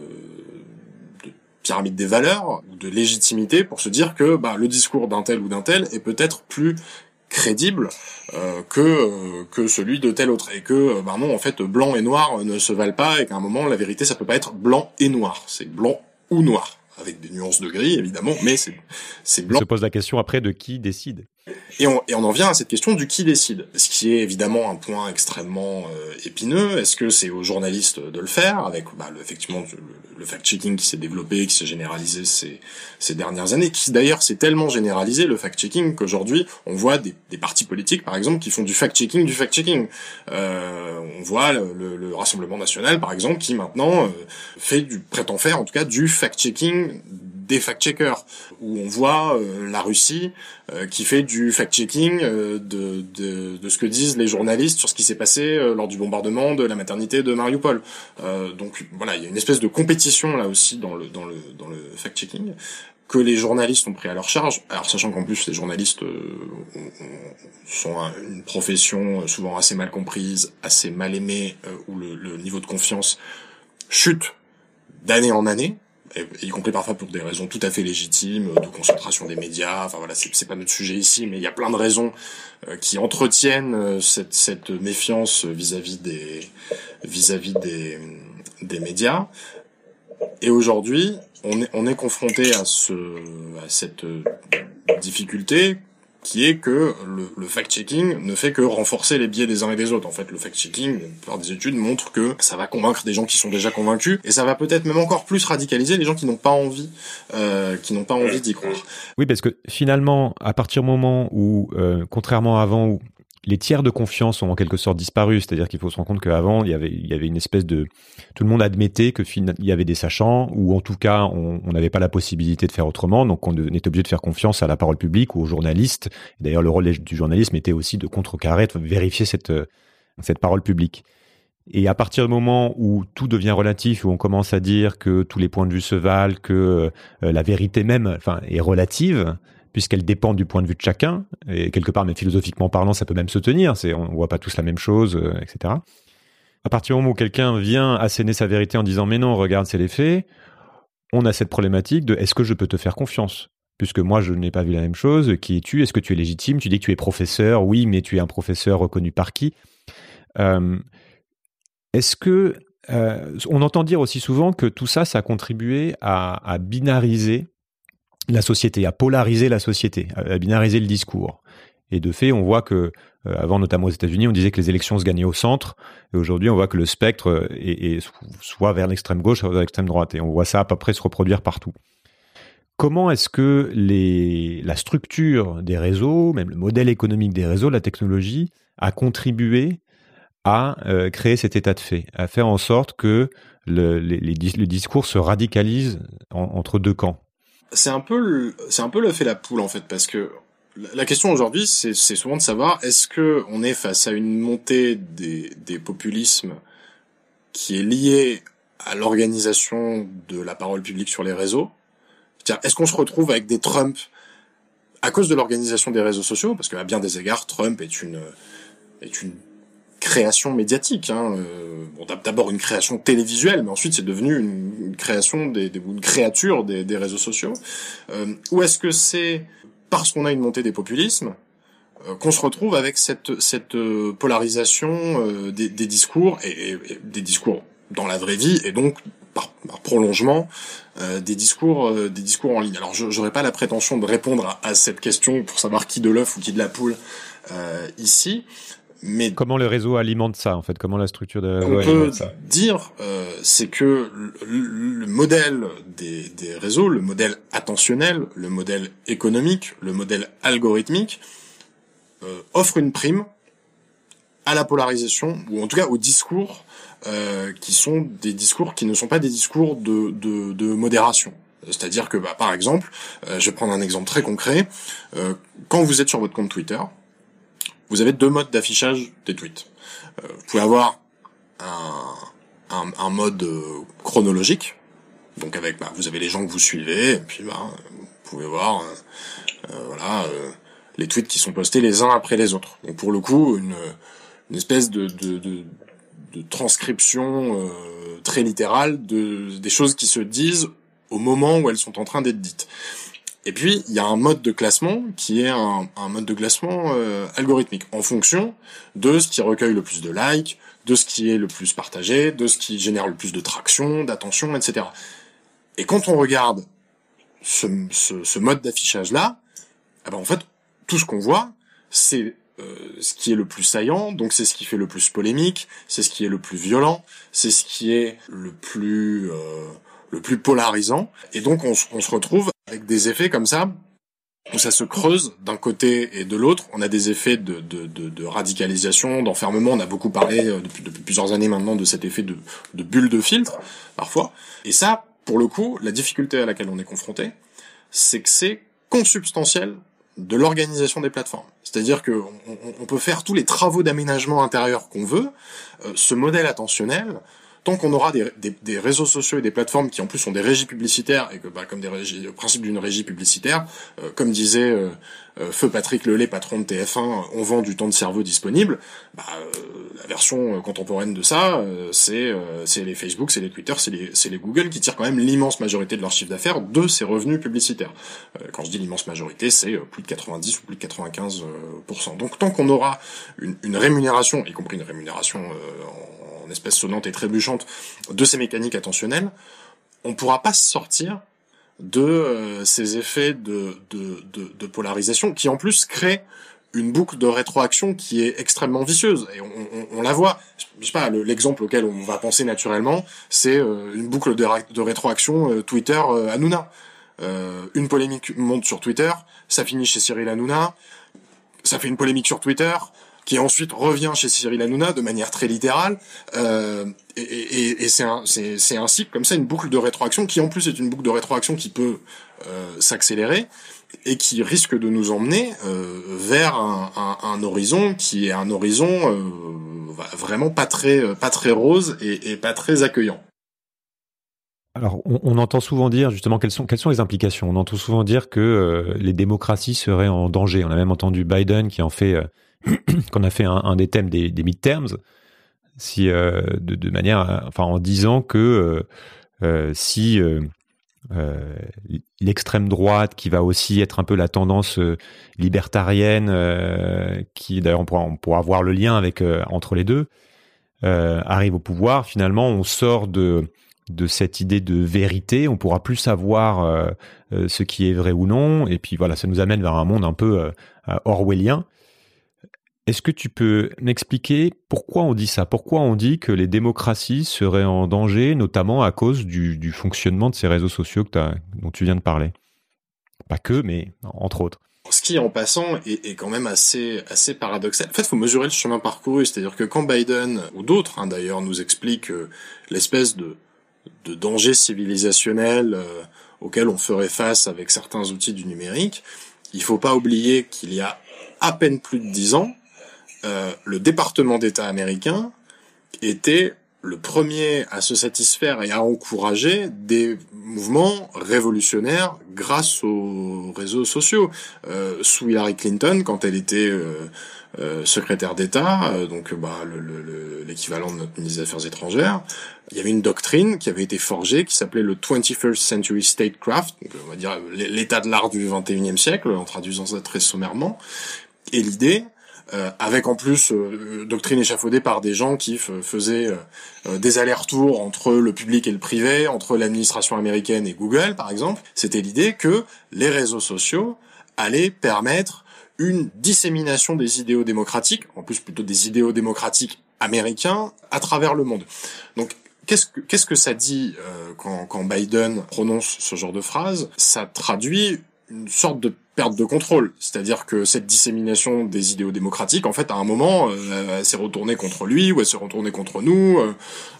de pyramide des valeurs, de légitimité pour se dire que bah le discours d'un tel ou d'un tel est peut-être plus crédible euh, que euh, que celui de tel autre, et que bah non, en fait blanc et noir ne se valent pas, et qu'à un moment la vérité ça peut pas être blanc et noir, c'est blanc ou noir, avec des nuances de gris, évidemment, mais c'est, c'est blanc. On se pose la question après de qui décide. Et on, et on en vient à cette question du qui décide. Ce qui est évidemment un point extrêmement euh, épineux. Est-ce que c'est aux journalistes de le faire, avec bah, le, effectivement le, le fact-checking qui s'est développé, qui s'est généralisé ces, ces dernières années, qui d'ailleurs s'est tellement généralisé, le fact-checking, qu'aujourd'hui on voit des, des partis politiques, par exemple, qui font du fact-checking du fact-checking. Euh, on voit le, le, le Rassemblement National, par exemple, qui maintenant euh, fait du, prétend faire en tout cas du fact-checking des fact-checkers, où on voit euh, la Russie euh, qui fait du fact-checking euh, de, de, de ce que disent les journalistes sur ce qui s'est passé euh, lors du bombardement de la maternité de Mariupol. Euh, donc voilà, il y a une espèce de compétition là aussi dans le dans le dans le fact-checking. que les journalistes ont pris à leur charge, alors sachant qu'en plus les journalistes euh, sont une profession souvent assez mal comprise, assez mal aimée, euh, où le, le niveau de confiance chute d'année en année, et, y compris parfois pour des raisons tout à fait légitimes, de concentration des médias, enfin voilà, c'est, c'est pas notre sujet ici, mais il y a plein de raisons euh, qui entretiennent euh, cette, cette méfiance vis-à-vis des, vis-à-vis des, des médias. Et aujourd'hui, on est, on est confronté à ce, à cette difficulté qui est que le, le fact-checking ne fait que renforcer les biais des uns et des autres. En fait, le fact-checking, par des études, montre que ça va convaincre des gens qui sont déjà convaincus, et ça va peut-être même encore plus radicaliser les gens qui n'ont pas envie, euh, qui n'ont pas envie d'y croire. Oui, parce que finalement, à partir du moment où, euh, contrairement à avant, où les tiers de confiance ont en quelque sorte disparu, c'est-à-dire qu'il faut se rendre compte qu'avant, il y avait, il y avait une espèce de... Tout le monde admettait qu'il y avait des sachants, ou en tout cas, on n'avait pas la possibilité de faire autrement, donc on était obligé de faire confiance à la parole publique ou aux journalistes. D'ailleurs, le rôle du journalisme était aussi de contrecarrer, de vérifier cette, cette parole publique. Et à partir du moment où tout devient relatif, où on commence à dire que tous les points de vue se valent, que euh, la vérité même enfin, est relative, puisqu'elle dépend du point de vue de chacun, et quelque part, mais philosophiquement parlant, ça peut même se tenir, c'est, on ne voit pas tous la même chose, euh, et cetera. À partir du moment où quelqu'un vient asséner sa vérité en disant « mais non, regarde, c'est les faits », on a cette problématique de « est-ce que je peux te faire confiance ?» Puisque moi, je n'ai pas vu la même chose. Qui es-tu ? Est-ce que tu es légitime ? Tu dis que tu es professeur. Oui, mais tu es un professeur reconnu par qui ? euh, Est-ce que... Euh, on entend dire aussi souvent que tout ça, ça a contribué à, à binariser la société, à polariser la société, à binariser le discours. Et de fait, on voit que, euh, avant notamment aux États-Unis, on disait que les élections se gagnaient au centre, et aujourd'hui, on voit que le spectre est, est soit vers l'extrême gauche, soit vers l'extrême droite, et on voit ça à peu près se reproduire partout. Comment est-ce que les, la structure des réseaux, même le modèle économique des réseaux, la technologie, a contribué à euh, créer cet état de fait, à faire en sorte que le, les, les, le discours se radicalise en, entre deux camps? C'est un peu le, c'est un peu le fait la poule, en fait, parce que la question aujourd'hui, c'est, c'est souvent de savoir, est-ce que on est face à une montée des, des populismes qui est liée à l'organisation de la parole publique sur les réseaux? C'est-à-dire, est-ce qu'on se retrouve avec des Trump à cause de l'organisation des réseaux sociaux? Parce qu'à bien des égards, Trump est une, est une création médiatique, hein. Euh, bon, d'abord une création télévisuelle, mais ensuite c'est devenu une, une création des, des, une créature des, des réseaux sociaux. Euh, ou est-ce que c'est parce qu'on a une montée des populismes euh, qu'on se retrouve avec cette, cette euh, polarisation euh, des, des discours et, et, et des discours dans la vraie vie, et donc par, par prolongement euh, des discours, euh, des discours en ligne. Alors, je j'aurais pas la prétention de répondre à, à cette question pour savoir qui de l'œuf ou qui de la poule euh, ici. Mais comment le réseau alimente ça, en fait? Comment la structure de réseau on alimente peut ça dire, euh, c'est que le, le modèle des, des réseaux, le modèle attentionnel, le modèle économique, le modèle algorithmique, euh, offre une prime à la polarisation, ou en tout cas aux discours euh, qui sont des discours qui ne sont pas des discours de, de, de modération. C'est-à-dire que, bah, par exemple, euh, je vais prendre un exemple très concret, euh, quand vous êtes sur votre compte Twitter, vous avez deux modes d'affichage des tweets. Euh, vous pouvez avoir un, un, un mode euh, chronologique, donc avec, bah, vous avez les gens que vous suivez, et puis bah, vous pouvez voir, euh, euh, voilà, euh, les tweets qui sont postés les uns après les autres. Donc pour le coup, une, une espèce de, de, de, de transcription euh, très littérale de des choses qui se disent au moment où elles sont en train d'être dites. Et puis, il y a un mode de classement qui est un, un mode de classement euh, algorithmique, en fonction de ce qui recueille le plus de likes, de ce qui est le plus partagé, de ce qui génère le plus de traction, d'attention, et cetera. Et quand on regarde ce, ce, ce mode d'affichage-là, eh ben en fait, tout ce qu'on voit, c'est euh, ce qui est le plus saillant, donc c'est ce qui fait le plus polémique, c'est ce qui est le plus violent, c'est ce qui est le plus... Euh, le plus polarisant, et donc on, on se retrouve avec des effets comme ça, où ça se creuse d'un côté et de l'autre. On a des effets de, de, de, de radicalisation, d'enfermement. On a beaucoup parlé euh, depuis, depuis plusieurs années maintenant de cet effet de, de bulle de filtre, parfois. Et ça, pour le coup, la difficulté à laquelle on est confronté, c'est que c'est consubstantiel de l'organisation des plateformes. C'est-à-dire que on, on, on peut faire tous les travaux d'aménagement intérieur qu'on veut, euh, ce modèle attentionnel tant qu'on aura des, des, des réseaux sociaux et des plateformes qui en plus ont des régies publicitaires et que bah, comme des régies, le principe d'une régie publicitaire, euh, comme disait euh, euh, Feu Patrick Lelay, patron de T F un, on vend du temps de cerveau disponible. Bah, euh, la version contemporaine de ça, euh, c'est euh, c'est les Facebook, c'est les Twitter, c'est les c'est les Google qui tirent quand même l'immense majorité de leur chiffre d'affaires de ces revenus publicitaires. Euh, quand je dis l'immense majorité, c'est euh, plus de quatre-vingt-dix ou plus de quatre-vingt-quinze pour cent. Donc tant qu'on aura une, une rémunération, y compris une rémunération euh, en en espèces sonnantes et trébuchantes de ces mécaniques attentionnelles, on ne pourra pas sortir de euh, ces effets de, de, de, de polarisation qui en plus créent une boucle de rétroaction qui est extrêmement vicieuse. Et on, on, on la voit, je sais pas, le, l'exemple auquel on va penser naturellement, c'est euh, une boucle de, de rétroaction euh, Twitter euh, Hanouna. Euh, une polémique monte sur Twitter, ça finit chez Cyril Hanouna, ça fait une polémique sur Twitter, qui ensuite revient chez Cyril Hanouna de manière très littérale, euh, et, et, et c'est un, c'est, c'est un cycle comme ça, une boucle de rétroaction qui en plus est une boucle de rétroaction qui peut euh, s'accélérer et qui risque de nous emmener euh, vers un, un, un horizon qui est un horizon euh, vraiment pas très, pas très rose et, et pas très accueillant. Alors, on, on entend souvent dire, justement, quelles sont, quelles sont les implications ? On entend souvent dire que euh, les démocraties seraient en danger. On a même entendu Biden qui en fait... Euh, qu'on a fait un, un des thèmes des, des midterms, si euh, de, de manière, enfin en disant que euh, euh, si euh, euh, l'extrême droite, qui va aussi être un peu la tendance euh, libertarienne, euh, qui d'ailleurs on pourra, on pourra voir le lien avec euh, entre les deux, euh, arrive au pouvoir, finalement on sort de de cette idée de vérité, on pourra plus savoir euh, euh, ce qui est vrai ou non, et puis voilà, ça nous amène vers un monde un peu euh, orwellien. Est-ce que tu peux m'expliquer pourquoi on dit ça ? Pourquoi on dit que les démocraties seraient en danger, notamment à cause du, du fonctionnement de ces réseaux sociaux que t'as, dont tu viens de parler ? Pas que, mais entre autres. Ce qui, en passant, est, est quand même assez, assez paradoxal. En fait, il faut mesurer le chemin parcouru. C'est-à-dire que quand Biden, ou d'autres hein, d'ailleurs, nous expliquent euh, l'espèce de, de danger civilisationnel euh, auquel on ferait face avec certains outils du numérique, il faut pas oublier qu'il y a à peine plus de dix ans, Euh, le département d'État américain était le premier à se satisfaire et à encourager des mouvements révolutionnaires grâce aux réseaux sociaux. Euh, sous Hillary Clinton, quand elle était euh, euh, secrétaire d'État, euh, donc bah, le, le, l'équivalent de notre ministre des Affaires étrangères, il y avait une doctrine qui avait été forgée qui s'appelait le twenty-first century statecraft, donc on va dire l'état de l'art du vingt et unième siècle, en traduisant ça très sommairement. Et l'idée, Euh, avec en plus euh, doctrine échafaudée par des gens qui f- faisaient euh, des allers-retours entre le public et le privé, entre l'administration américaine et Google, par exemple. C'était l'idée que les réseaux sociaux allaient permettre une dissémination des idéaux démocratiques, en plus plutôt des idéaux démocratiques américains, à travers le monde. Donc, qu'est-ce que, qu'est-ce que ça dit euh, quand, quand Biden prononce ce genre de phrase ? Ça traduit une sorte de perte de contrôle, c'est-à-dire que cette dissémination des idéaux démocratiques, en fait, à un moment, euh, elle s'est retournée contre lui ou elle s'est retournée contre nous, euh,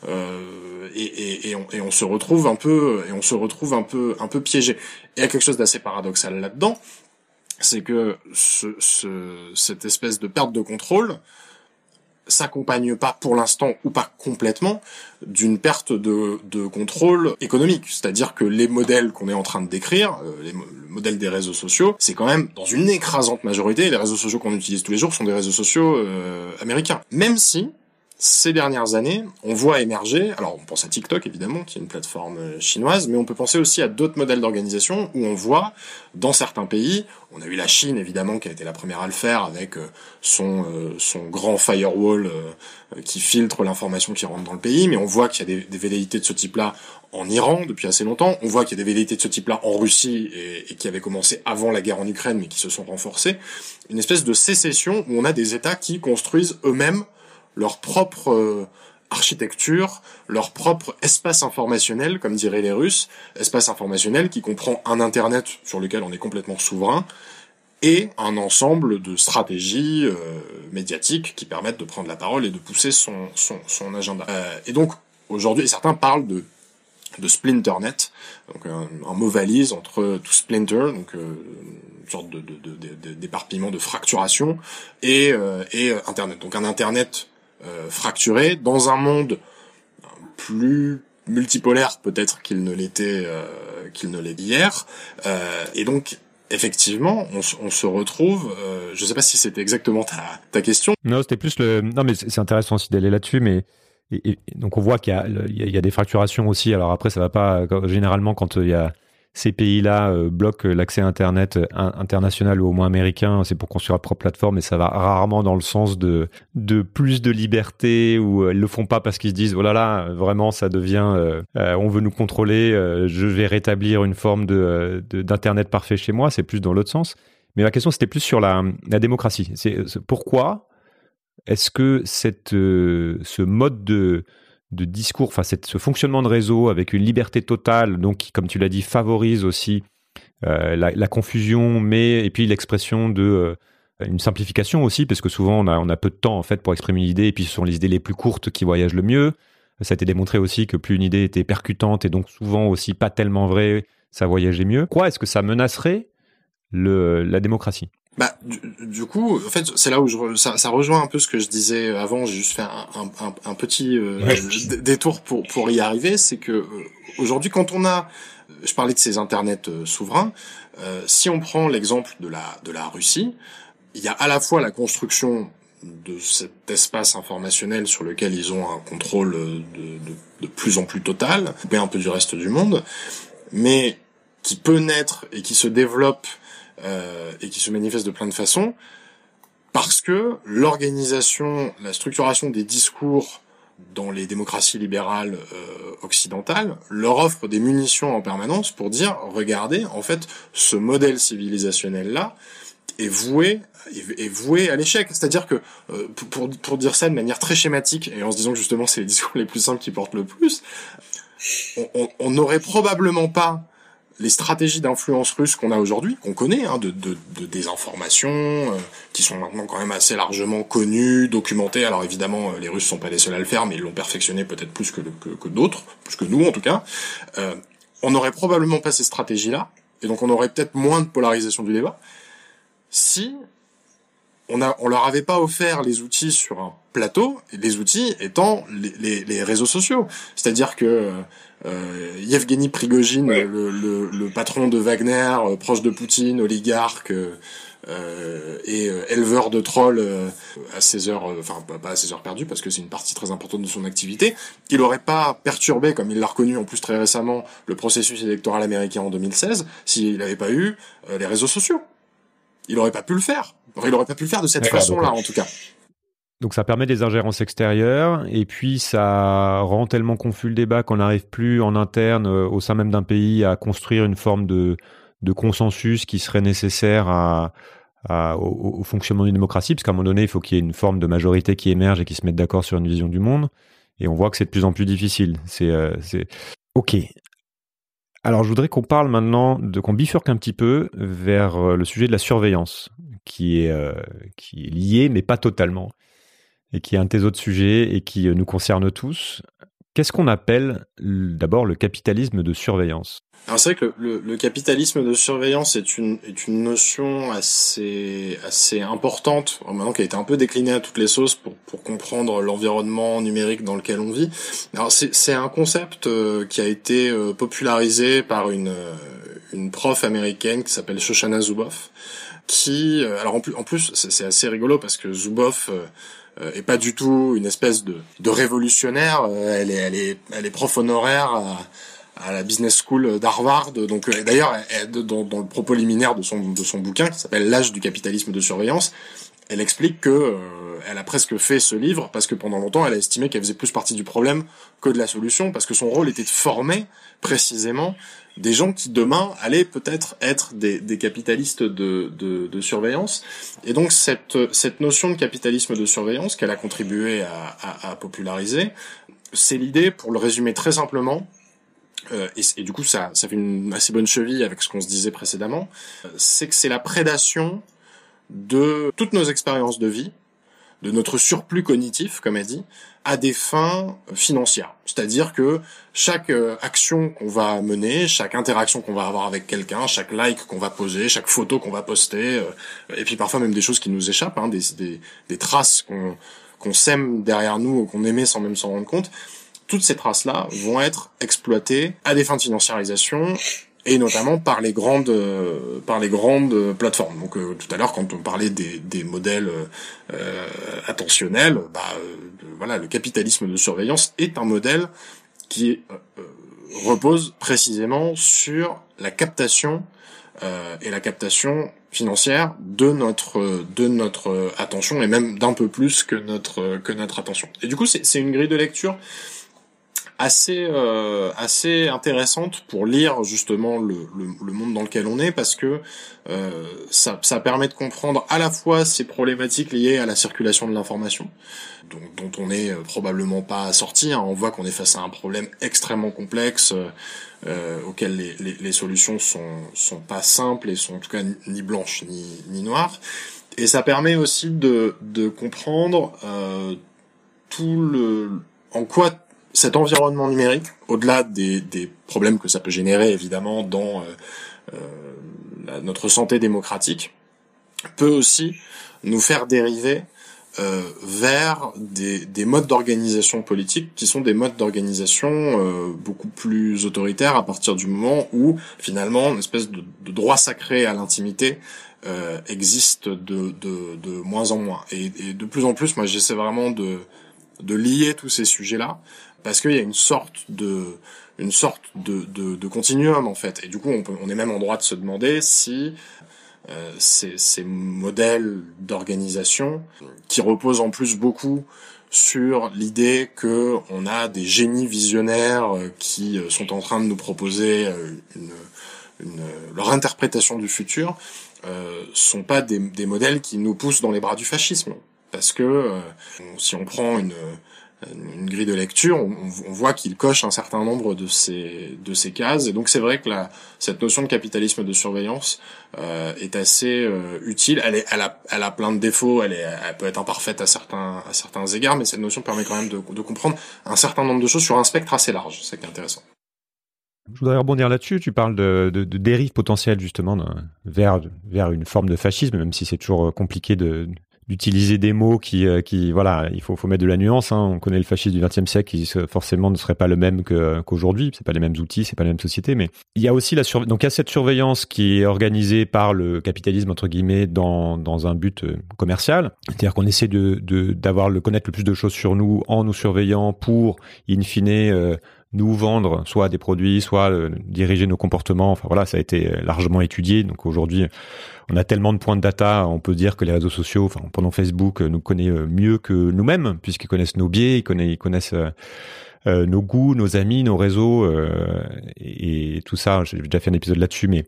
euh, et, et, et, on, et on se retrouve un peu, et on se retrouve un peu, un peu piégé. Et il y a quelque chose d'assez paradoxal là-dedans, c'est que ce, ce, cette espèce de perte de contrôle s'accompagne pas pour l'instant ou pas complètement d'une perte de, de contrôle économique. C'est-à-dire que les modèles qu'on est en train de décrire, euh, les, le modèle des réseaux sociaux, c'est quand même dans une écrasante majorité, les réseaux sociaux qu'on utilise tous les jours sont des réseaux sociaux euh, américains. Même si, ces dernières années, on voit émerger, alors on pense à TikTok évidemment, qui est une plateforme chinoise, mais on peut penser aussi à d'autres modèles d'organisation où on voit, dans certains pays, on a eu la Chine évidemment qui a été la première à le faire avec son euh, son grand firewall euh, qui filtre l'information qui rentre dans le pays, mais on voit qu'il y a des, des velléités de ce type-là en Iran depuis assez longtemps, on voit qu'il y a des velléités de ce type-là en Russie et, et qui avaient commencé avant la guerre en Ukraine mais qui se sont renforcées, une espèce de sécession où on a des États qui construisent eux-mêmes leur propre euh, architecture, leur propre espace informationnel, comme diraient les Russes, espace informationnel qui comprend un Internet sur lequel on est complètement souverain, et un ensemble de stratégies euh, médiatiques qui permettent de prendre la parole et de pousser son, son, son agenda. Euh, et donc, aujourd'hui, certains parlent de de splinternet, donc un, un mot valise entre to splinter, donc euh, une sorte de, de, de, de d'éparpillement, de fracturation, et, euh, et Internet. Donc un Internet Euh, fracturé dans un monde plus multipolaire peut-être qu'il ne l'était euh, qu'il ne l'est hier. Euh, et donc effectivement, on, on se retrouve. Euh, je ne sais pas si c'était exactement ta, ta question. Non, c'était plus le. Non, mais c'est intéressant aussi d'aller là-dessus, mais et, et, donc on voit qu'il y a, il y a, il y a des fracturations aussi. Alors après, ça va pas. Généralement, quand il y a ces pays-là euh, bloquent l'accès à Internet euh, international ou au moins américain, c'est pour construire leur propre plateforme, et ça va rarement dans le sens de de plus de liberté, ou euh, ils le font pas parce qu'ils se disent oh là là, vraiment ça devient, euh, euh, on veut nous contrôler, euh, je vais rétablir une forme de, de d'internet parfait chez moi. C'est plus dans l'autre sens. Mais ma question c'était plus sur la la démocratie. C'est, c'est pourquoi est-ce que cette euh, ce mode de de discours, enfin cette, ce fonctionnement de réseau avec une liberté totale, donc qui, comme tu l'as dit, favorise aussi euh, la, la confusion, mais et puis l'expression de euh, une simplification aussi, parce que souvent on a on a peu de temps en fait pour exprimer une idée, et puis ce sont les idées les plus courtes qui voyagent le mieux. Ça a été démontré aussi que plus une idée était percutante et donc souvent aussi pas tellement vraie, ça voyageait mieux. Quoi, est-ce que ça menacerait le la démocratie ? Bah, du, du coup, en fait, c'est là où je re, ça, ça rejoint un peu ce que je disais avant. J'ai juste fait un, un, un, un petit euh, ouais. détour pour pour y arriver. C'est que euh, aujourd'hui, quand on a, je parlais de ces internets euh, souverains, euh, si on prend l'exemple de la de la Russie, il y a à la fois la construction de cet espace informationnel sur lequel ils ont un contrôle de de, de plus en plus total, coupé un peu du reste du monde, mais qui peut naître et qui se développe. Euh, et qui se manifeste de plein de façons, parce que l'organisation, la structuration des discours dans les démocraties libérales euh, occidentales leur offre des munitions en permanence pour dire, regardez, en fait, ce modèle civilisationnel-là est voué, est, est voué à l'échec. C'est-à-dire que, euh, pour, pour dire ça de manière très schématique, et en se disant que justement c'est les discours les plus simples qui portent le plus, on n'aurait probablement pas les stratégies d'influence russe qu'on a aujourd'hui, qu'on connaît, hein, de, de, de désinformation, euh, qui sont maintenant quand même assez largement connues, documentées. Alors évidemment, euh, les Russes sont pas les seuls à le faire, mais ils l'ont perfectionné peut-être plus que, que, que d'autres, plus que nous en tout cas. Euh, on n'aurait probablement pas ces stratégies-là, et donc on aurait peut-être moins de polarisation du débat, si on, a, on leur avait pas offert les outils sur un plateau, et les outils étant les, les, les réseaux sociaux. C'est-à-dire que Euh, Yevgeny Prigojine, ouais. le, le, le patron de Wagner, euh, proche de Poutine, oligarque euh, et euh, éleveur de trolls euh, à ses heures, euh, enfin pas à ses heures perdues parce que c'est une partie très importante de son activité, il aurait pas perturbé, comme il l'a reconnu en plus très récemment, le processus électoral américain en deux mille seize s'il n'avait pas eu euh, les réseaux sociaux. Il aurait pas pu le faire. Enfin, il aurait pas pu le faire de cette D'accord, façon-là, en tout cas. Donc ça permet des ingérences extérieures, et puis ça rend tellement confus le débat qu'on n'arrive plus en interne, euh, au sein même d'un pays, à construire une forme de, de consensus qui serait nécessaire à, à, au, au fonctionnement d'une démocratie, parce qu'à un moment donné, il faut qu'il y ait une forme de majorité qui émerge et qui se mette d'accord sur une vision du monde, et on voit que c'est de plus en plus difficile. C'est, euh, c'est... Ok. Alors je voudrais qu'on parle maintenant, de, qu'on bifurque un petit peu vers le sujet de la surveillance, qui est, euh, qui est lié, mais pas totalement, et qui est un de tes autres sujets et qui nous concerne tous. Qu'est-ce qu'on appelle d'abord le capitalisme de surveillance ? Alors c'est vrai que le, le capitalisme de surveillance est une, est une notion assez, assez importante, maintenant qui a été un peu déclinée à toutes les sauces pour, pour comprendre l'environnement numérique dans lequel on vit. Alors c'est, c'est un concept euh, qui a été euh, popularisé par une, euh, une prof américaine qui s'appelle Shoshana Zuboff, qui, euh, alors en plus, en plus c'est, c'est assez rigolo parce que Zuboff euh, Euh, et pas du tout une espèce de, de révolutionnaire. Euh, elle est, elle est, elle est prof honoraire à, à la business school d'Harvard. Donc, euh, d'ailleurs, elle, dans, dans le propos liminaire de son, de son bouquin qui s'appelle L'âge du capitalisme de surveillance, elle explique que euh, elle a presque fait ce livre parce que pendant longtemps, elle a estimé qu'elle faisait plus partie du problème que de la solution, parce que son rôle était de former précisément des gens qui demain allaient peut-être être des, des capitalistes de, de, de surveillance. Et donc cette, cette notion de capitalisme de surveillance qu'elle a contribué à, à, à populariser, c'est l'idée, pour le résumer très simplement, euh, et, et du coup ça, ça fait une assez bonne cheville avec ce qu'on se disait précédemment, c'est que c'est la prédation de toutes nos expériences de vie, de notre surplus cognitif, comme elle dit, à des fins financières. C'est-à-dire que chaque euh, action qu'on va mener, chaque interaction qu'on va avoir avec quelqu'un, chaque like qu'on va poser, chaque photo qu'on va poster, euh, et puis parfois même des choses qui nous échappent, hein, des, des, des traces qu'on, qu'on sème derrière nous ou qu'on émet sans même s'en rendre compte, toutes ces traces-là vont être exploitées à des fins de financiarisation, et notamment par les grandes euh, par les grandes plateformes. Donc euh, tout à l'heure, quand on parlait des, des modèles euh, attentionnels, bah euh, voilà, le capitalisme de surveillance est un modèle qui euh, repose précisément sur la captation euh, et la captation financière de notre de notre attention, et même d'un peu plus que notre que notre attention. Et du coup, c'est c'est une grille de lecture assez euh, assez intéressante pour lire justement le, le le monde dans lequel on est, parce que euh, ça ça permet de comprendre à la fois ces problématiques liées à la circulation de l'information, dont, dont on n'est probablement pas sorti, hein. On voit qu'on est face à un problème extrêmement complexe euh, auquel les, les les solutions sont sont pas simples et sont en tout cas ni blanches ni ni noires. Et ça permet aussi de de comprendre euh, tout le en quoi cet environnement numérique, au-delà des, des problèmes que ça peut générer évidemment dans euh, euh, la, notre santé démocratique, peut aussi nous faire dériver euh, vers des, des modes d'organisation politique qui sont des modes d'organisation euh, beaucoup plus autoritaires, à partir du moment où finalement une espèce de, de droit sacré à l'intimité euh, existe de, de, de moins en moins. Et, et de plus en plus, moi j'essaie vraiment de, de lier tous ces sujets-là, parce qu'il y a une sorte de une sorte de, de, de continuum en fait, et du coup on, peut, on est même en droit de se demander si euh, ces, ces modèles d'organisation qui reposent en plus beaucoup sur l'idée que on a des génies visionnaires qui sont en train de nous proposer une, une, leur interprétation du futur, euh, sont pas des, des modèles qui nous poussent dans les bras du fascisme, parce que euh, si on prend une une grille de lecture, on, on voit qu'il coche un certain nombre de ces de ces cases, et donc c'est vrai que la, cette notion de capitalisme de surveillance euh, est assez euh, utile. Elle est, elle a, elle a plein de défauts, elle est, elle peut être imparfaite à certains à certains égards, mais cette notion permet quand même de, de comprendre un certain nombre de choses sur un spectre assez large. C'est ça qui est intéressant. Je voudrais rebondir là-dessus. Tu parles de, de, de dérive potentielle justement de, vers vers une forme de fascisme, même si c'est toujours compliqué de d'utiliser des mots qui, euh, qui, voilà, il faut, faut mettre de la nuance, hein. On connaît le fascisme du vingtième siècle qui forcément ne serait pas le même que, qu'aujourd'hui. C'est pas les mêmes outils, c'est pas la même société, mais il y a aussi la sur... donc il y a cette surveillance qui est organisée par le capitalisme, entre guillemets, dans, dans un but commercial. C'est-à-dire qu'on essaie de, de, d'avoir le, connaître le plus de choses sur nous en nous surveillant pour, in fine, euh, nous vendre soit des produits, soit euh, diriger nos comportements. Enfin voilà, ça a été largement étudié. Donc aujourd'hui, on a tellement de points de data, on peut dire que les réseaux sociaux, enfin pendant Facebook, nous connaissent mieux que nous-mêmes, puisqu'ils connaissent nos biais, ils connaissent, ils connaissent euh, euh, nos goûts, nos amis, nos réseaux, euh, et, et tout ça. J'ai déjà fait un épisode là-dessus, mais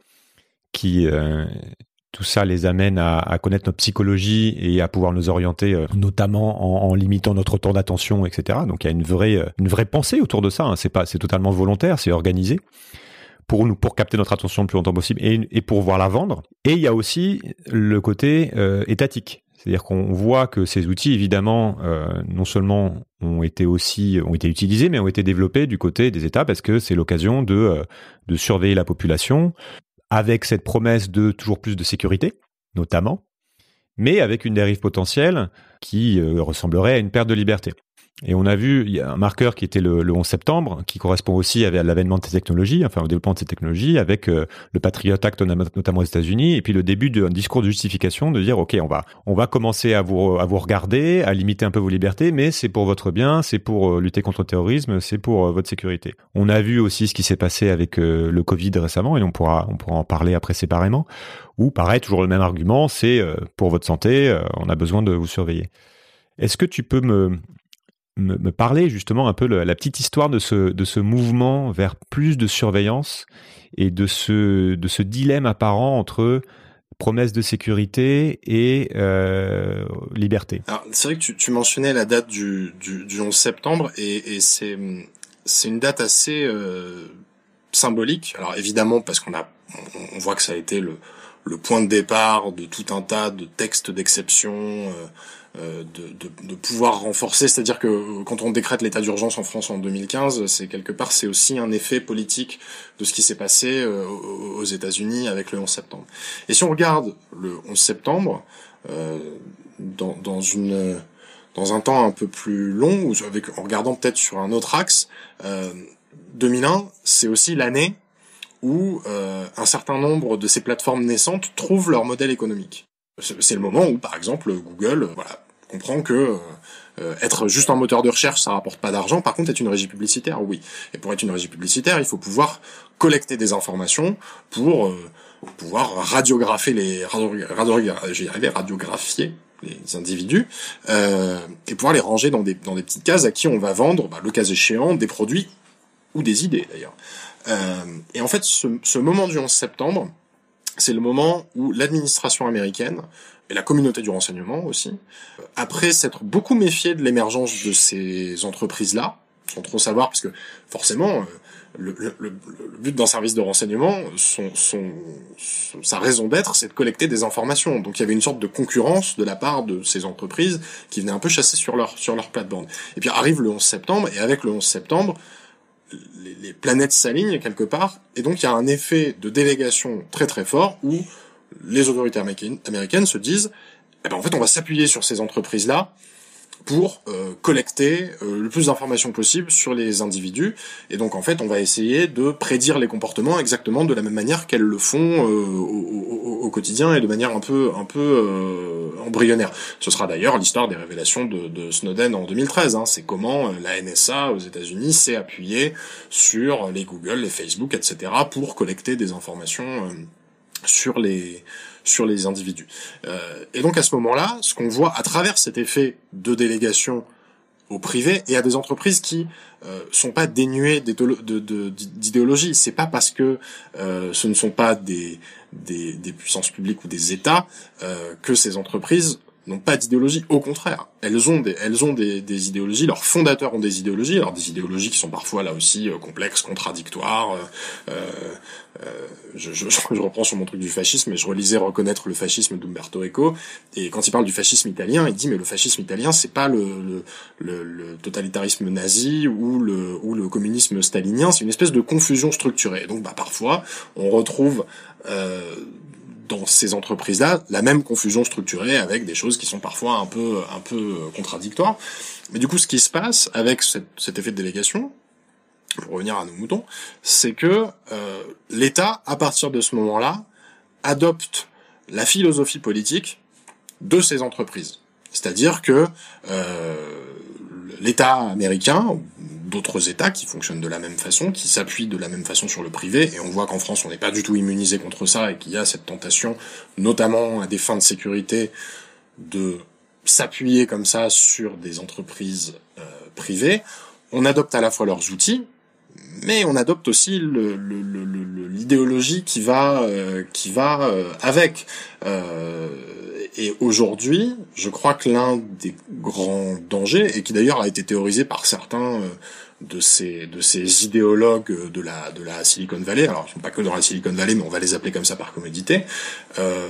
qui euh, tout ça les amène à, à connaître notre psychologie et à pouvoir nous orienter, euh, notamment en, en limitant notre temps d'attention, et cetera. Donc il y a une vraie, une vraie pensée autour de ça. Hein. C'est pas, c'est totalement volontaire, c'est organisé pour nous, pour capter notre attention le plus longtemps possible et, et pour pouvoir la vendre. Et il y a aussi le côté euh, étatique. C'est-à-dire qu'on voit que ces outils, évidemment, euh, non seulement ont été aussi ont été utilisés, mais ont été développés du côté des États, parce que c'est l'occasion de euh, de surveiller la population avec cette promesse de toujours plus de sécurité, notamment, mais avec une dérive potentielle qui euh, ressemblerait à une perte de liberté. Et on a vu, il y a un marqueur qui était le, le onze septembre, qui correspond aussi à l'avènement de ces technologies, enfin au développement de ces technologies, avec euh, le Patriot Act notamment aux États-Unis, et puis le début d'un discours de justification, de dire ok, on va on va commencer à vous à vous regarder, à limiter un peu vos libertés, mais c'est pour votre bien, c'est pour euh, lutter contre le terrorisme, c'est pour euh, votre sécurité. On a vu aussi ce qui s'est passé avec euh, le Covid récemment, et on pourra on pourra en parler après séparément. Où pareil, toujours le même argument, c'est euh, pour votre santé, euh, on a besoin de vous surveiller. Est-ce que tu peux me Me, me parler justement un peu le, la petite histoire de ce, de ce mouvement vers plus de surveillance et de ce, de ce dilemme apparent entre promesse de sécurité et euh, liberté. Alors, c'est vrai que tu, tu mentionnais la date du, du, du onze septembre et, et c'est, c'est une date assez euh, symbolique. Alors évidemment parce qu'on a, on, on voit que ça a été le, le point de départ de tout un tas de textes d'exception, euh, De, de, de pouvoir renforcer, c'est-à-dire que quand on décrète l'état d'urgence en France en deux mille quinze, c'est quelque part, c'est aussi un effet politique de ce qui s'est passé euh, aux États-Unis avec le onze septembre. Et si on regarde le onze septembre, euh, dans, dans une dans un temps un peu plus long, ou avec, en regardant peut-être sur un autre axe, euh, deux mille un, c'est aussi l'année où euh, un certain nombre de ces plateformes naissantes trouvent leur modèle économique. C'est, c'est le moment où, par exemple, Google, euh, voilà, comprend que euh, euh, être juste un moteur de recherche, ça rapporte pas d'argent. Par contre, être une régie publicitaire, oui. Et pour être une régie publicitaire, il faut pouvoir collecter des informations pour euh, pouvoir radiographier les radio, radio, j'y arrivais, radiographier les individus euh, et pouvoir les ranger dans des dans des petites cases à qui on va vendre, bah, le cas échéant, des produits ou des idées d'ailleurs. Euh, et en fait, ce, ce moment du onze septembre, c'est le moment où l'administration américaine et la communauté du renseignement aussi, après s'être beaucoup méfiée de l'émergence de ces entreprises-là, sans trop savoir, parce que forcément, le, le, le, le but d'un service de renseignement, son, son, son, sa raison d'être, c'est de collecter des informations. Donc il y avait une sorte de concurrence de la part de ces entreprises qui venaient un peu chasser sur leur, sur leur plate-bande. Et puis arrive le onze septembre, et avec le onze septembre, les, les planètes s'alignent quelque part, et donc il y a un effet de délégation très très fort où les autorités américaines, américaines se disent, eh ben en fait on va s'appuyer sur ces entreprises-là pour euh, collecter euh, le plus d'informations possible sur les individus, et donc en fait on va essayer de prédire les comportements exactement de la même manière qu'elles le font euh, au, au, au quotidien et de manière un peu un peu euh, embryonnaire. Ce sera d'ailleurs l'histoire des révélations de, de Snowden en deux mille treize. Hein. C'est comment la N S A aux États-Unis s'est appuyée sur les Google, les Facebook, et cetera pour collecter des informations euh, sur les sur les individus. Euh, et donc à ce moment-là, ce qu'on voit à travers cet effet de délégation au privé et à des entreprises qui euh, sont pas dénuées de, de, de, d'idéologie. C'est pas parce que euh, ce ne sont pas des, des, des puissances publiques ou des États euh, que ces entreprises n'ont pas d'idéologie. Au contraire, elles ont des, elles ont des, des idéologies. Leurs fondateurs ont des idéologies. Alors des idéologies qui sont parfois là aussi euh, complexes, contradictoires. Euh, euh, je, je, je reprends sur mon truc du fascisme, mais je relisais Reconnaître le fascisme d'Umberto Eco. Et quand il parle du fascisme italien, il dit mais le fascisme italien, c'est pas le, le, le, le totalitarisme nazi ou le, ou le communisme stalinien. C'est une espèce de confusion structurée. Et donc bah parfois on retrouve euh, dans ces entreprises-là, la même confusion structurée avec des choses qui sont parfois un peu, un peu contradictoires. Mais du coup, ce qui se passe avec cette, cet effet de délégation, pour revenir à nos moutons, c'est que euh, l'État, à partir de ce moment-là, adopte la philosophie politique de ces entreprises. C'est-à-dire que euh, l'État américain, d'autres États qui fonctionnent de la même façon, qui s'appuient de la même façon sur le privé, et on voit qu'en France on n'est pas du tout immunisé contre ça, et qu'il y a cette tentation, notamment à des fins de sécurité, de s'appuyer comme ça sur des entreprises euh, privées. On adopte à la fois leurs outils, mais on adopte aussi le, le, le, le, l'idéologie qui va, euh, qui va euh, avec. Euh, et aujourd'hui, je crois que l'un des grands dangers, et qui d'ailleurs a été théorisé par certains euh, de ces de ces idéologues de la de la Silicon Valley, alors ils sont pas que dans la Silicon Valley, mais on va les appeler comme ça par commodité. Euh,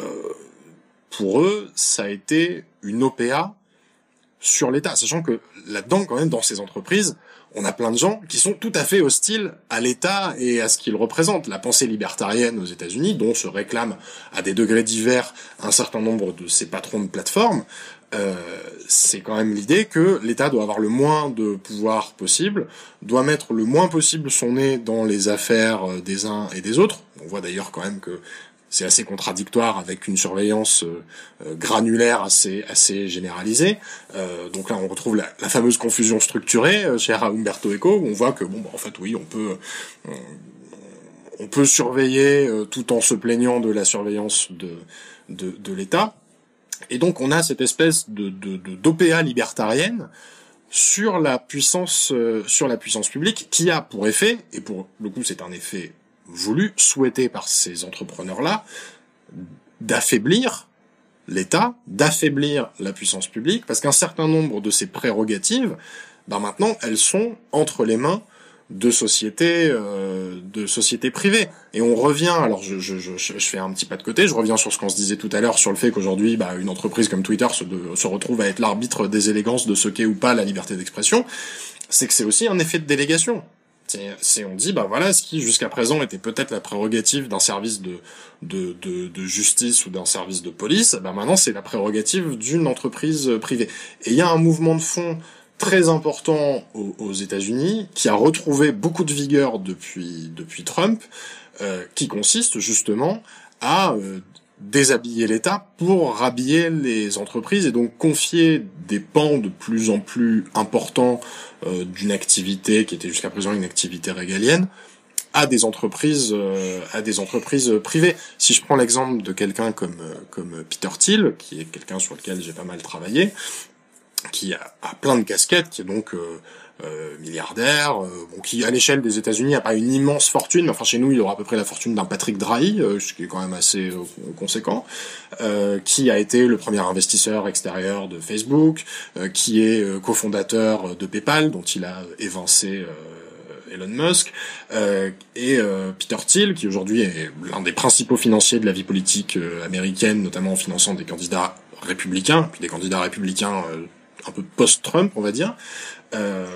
pour eux, ça a été une O P A sur l'État, sachant que là-dedans, quand même, dans ces entreprises, on a plein de gens qui sont tout à fait hostiles à l'État et à ce qu'il représente. La pensée libertarienne aux États-Unis, dont se réclament à des degrés divers un certain nombre de ces patrons de plateformes, euh, c'est quand même l'idée que l'État doit avoir le moins de pouvoir possible, doit mettre le moins possible son nez dans les affaires des uns et des autres. On voit d'ailleurs quand même que c'est assez contradictoire avec une surveillance euh, granulaire assez assez généralisée. Euh, donc là, on retrouve la, la fameuse confusion structurée euh, chez Umberto Eco, où on voit que bon, bah, en fait, oui, on peut on, on peut surveiller euh, tout en se plaignant de la surveillance de de, de l'État. Et donc, on a cette espèce de de, de d'O P A libertarienne sur la puissance euh, sur la puissance publique, qui a pour effet, et pour le coup, c'est un effet voulu, souhaité par ces entrepreneurs-là, d'affaiblir l'État, d'affaiblir la puissance publique, parce qu'un certain nombre de ces prérogatives, ben maintenant, elles sont entre les mains de sociétés, euh, de sociétés privées. Et on revient, alors je, je, je, je fais un petit pas de côté, je reviens sur ce qu'on se disait tout à l'heure sur le fait qu'aujourd'hui, bah, une entreprise comme Twitter se, de, se retrouve à être l'arbitre des élégances de ce qu'est ou pas la liberté d'expression. C'est que c'est aussi un effet de délégation. C'est, c'est on dit, bah voilà, ce qui jusqu'à présent était peut-être la prérogative d'un service de de de, de justice ou d'un service de police, bah maintenant c'est la prérogative d'une entreprise privée. Et il y a un mouvement de fond très important aux, aux États-Unis qui a retrouvé beaucoup de vigueur depuis depuis Trump, euh, qui consiste justement à euh, déshabiller l'État pour rhabiller les entreprises et donc confier des pans de plus en plus importants euh, d'une activité qui était jusqu'à présent une activité régalienne à des entreprises euh, à des entreprises privées. Si je prends l'exemple de quelqu'un comme euh, comme Peter Thiel, qui est quelqu'un sur lequel j'ai pas mal travaillé, qui a, a plein de casquettes, qui est donc euh, Euh, milliardaire, euh, bon, qui à l'échelle des États-Unis a pas une immense fortune, mais enfin chez nous il aura à peu près la fortune d'un Patrick Drahi, euh, ce qui est quand même assez euh, conséquent, euh, qui a été le premier investisseur extérieur de Facebook, euh, qui est euh, cofondateur de PayPal, dont il a évincé euh, Elon Musk, euh, et euh, Peter Thiel, qui aujourd'hui est l'un des principaux financiers de la vie politique euh, américaine, notamment en finançant des candidats républicains, puis des candidats républicains euh, un peu post-Trump, on va dire. Euh,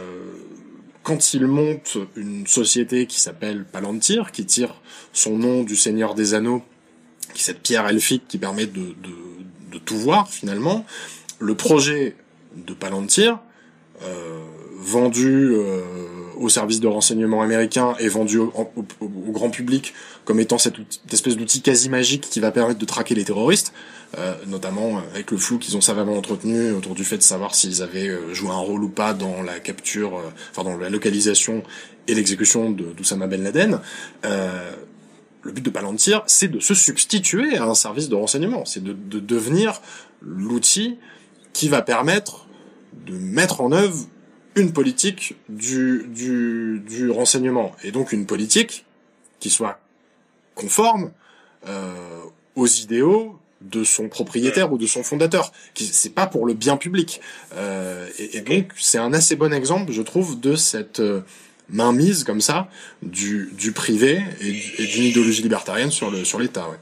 quand il monte une société qui s'appelle Palantir, qui tire son nom du Seigneur des Anneaux, qui est cette pierre elfique qui permet de, de, de tout voir finalement, le projet de Palantir, euh, vendu euh, au service de renseignement américain et vendu au, au, au, au grand public comme étant cette, outil, cette espèce d'outil quasi magique qui va permettre de traquer les terroristes, euh, notamment avec le flou qu'ils ont savamment entretenu autour du fait de savoir s'ils avaient euh, joué un rôle ou pas dans la capture, euh, enfin dans la localisation et l'exécution de d'Oussama Ben Laden. Euh, le but de Palantir, c'est de se substituer à un service de renseignement, c'est de, de devenir l'outil qui va permettre de mettre en œuvre une politique du, du, du renseignement, et donc une politique qui soit conforme euh, aux idéaux de son propriétaire ou de son fondateur. Qui, c'est pas pour le bien public. Euh, et, et donc c'est un assez bon exemple, je trouve, de cette euh, mainmise comme ça du, du privé et, et d'une idéologie libertarienne sur le sur l'État. Ouais.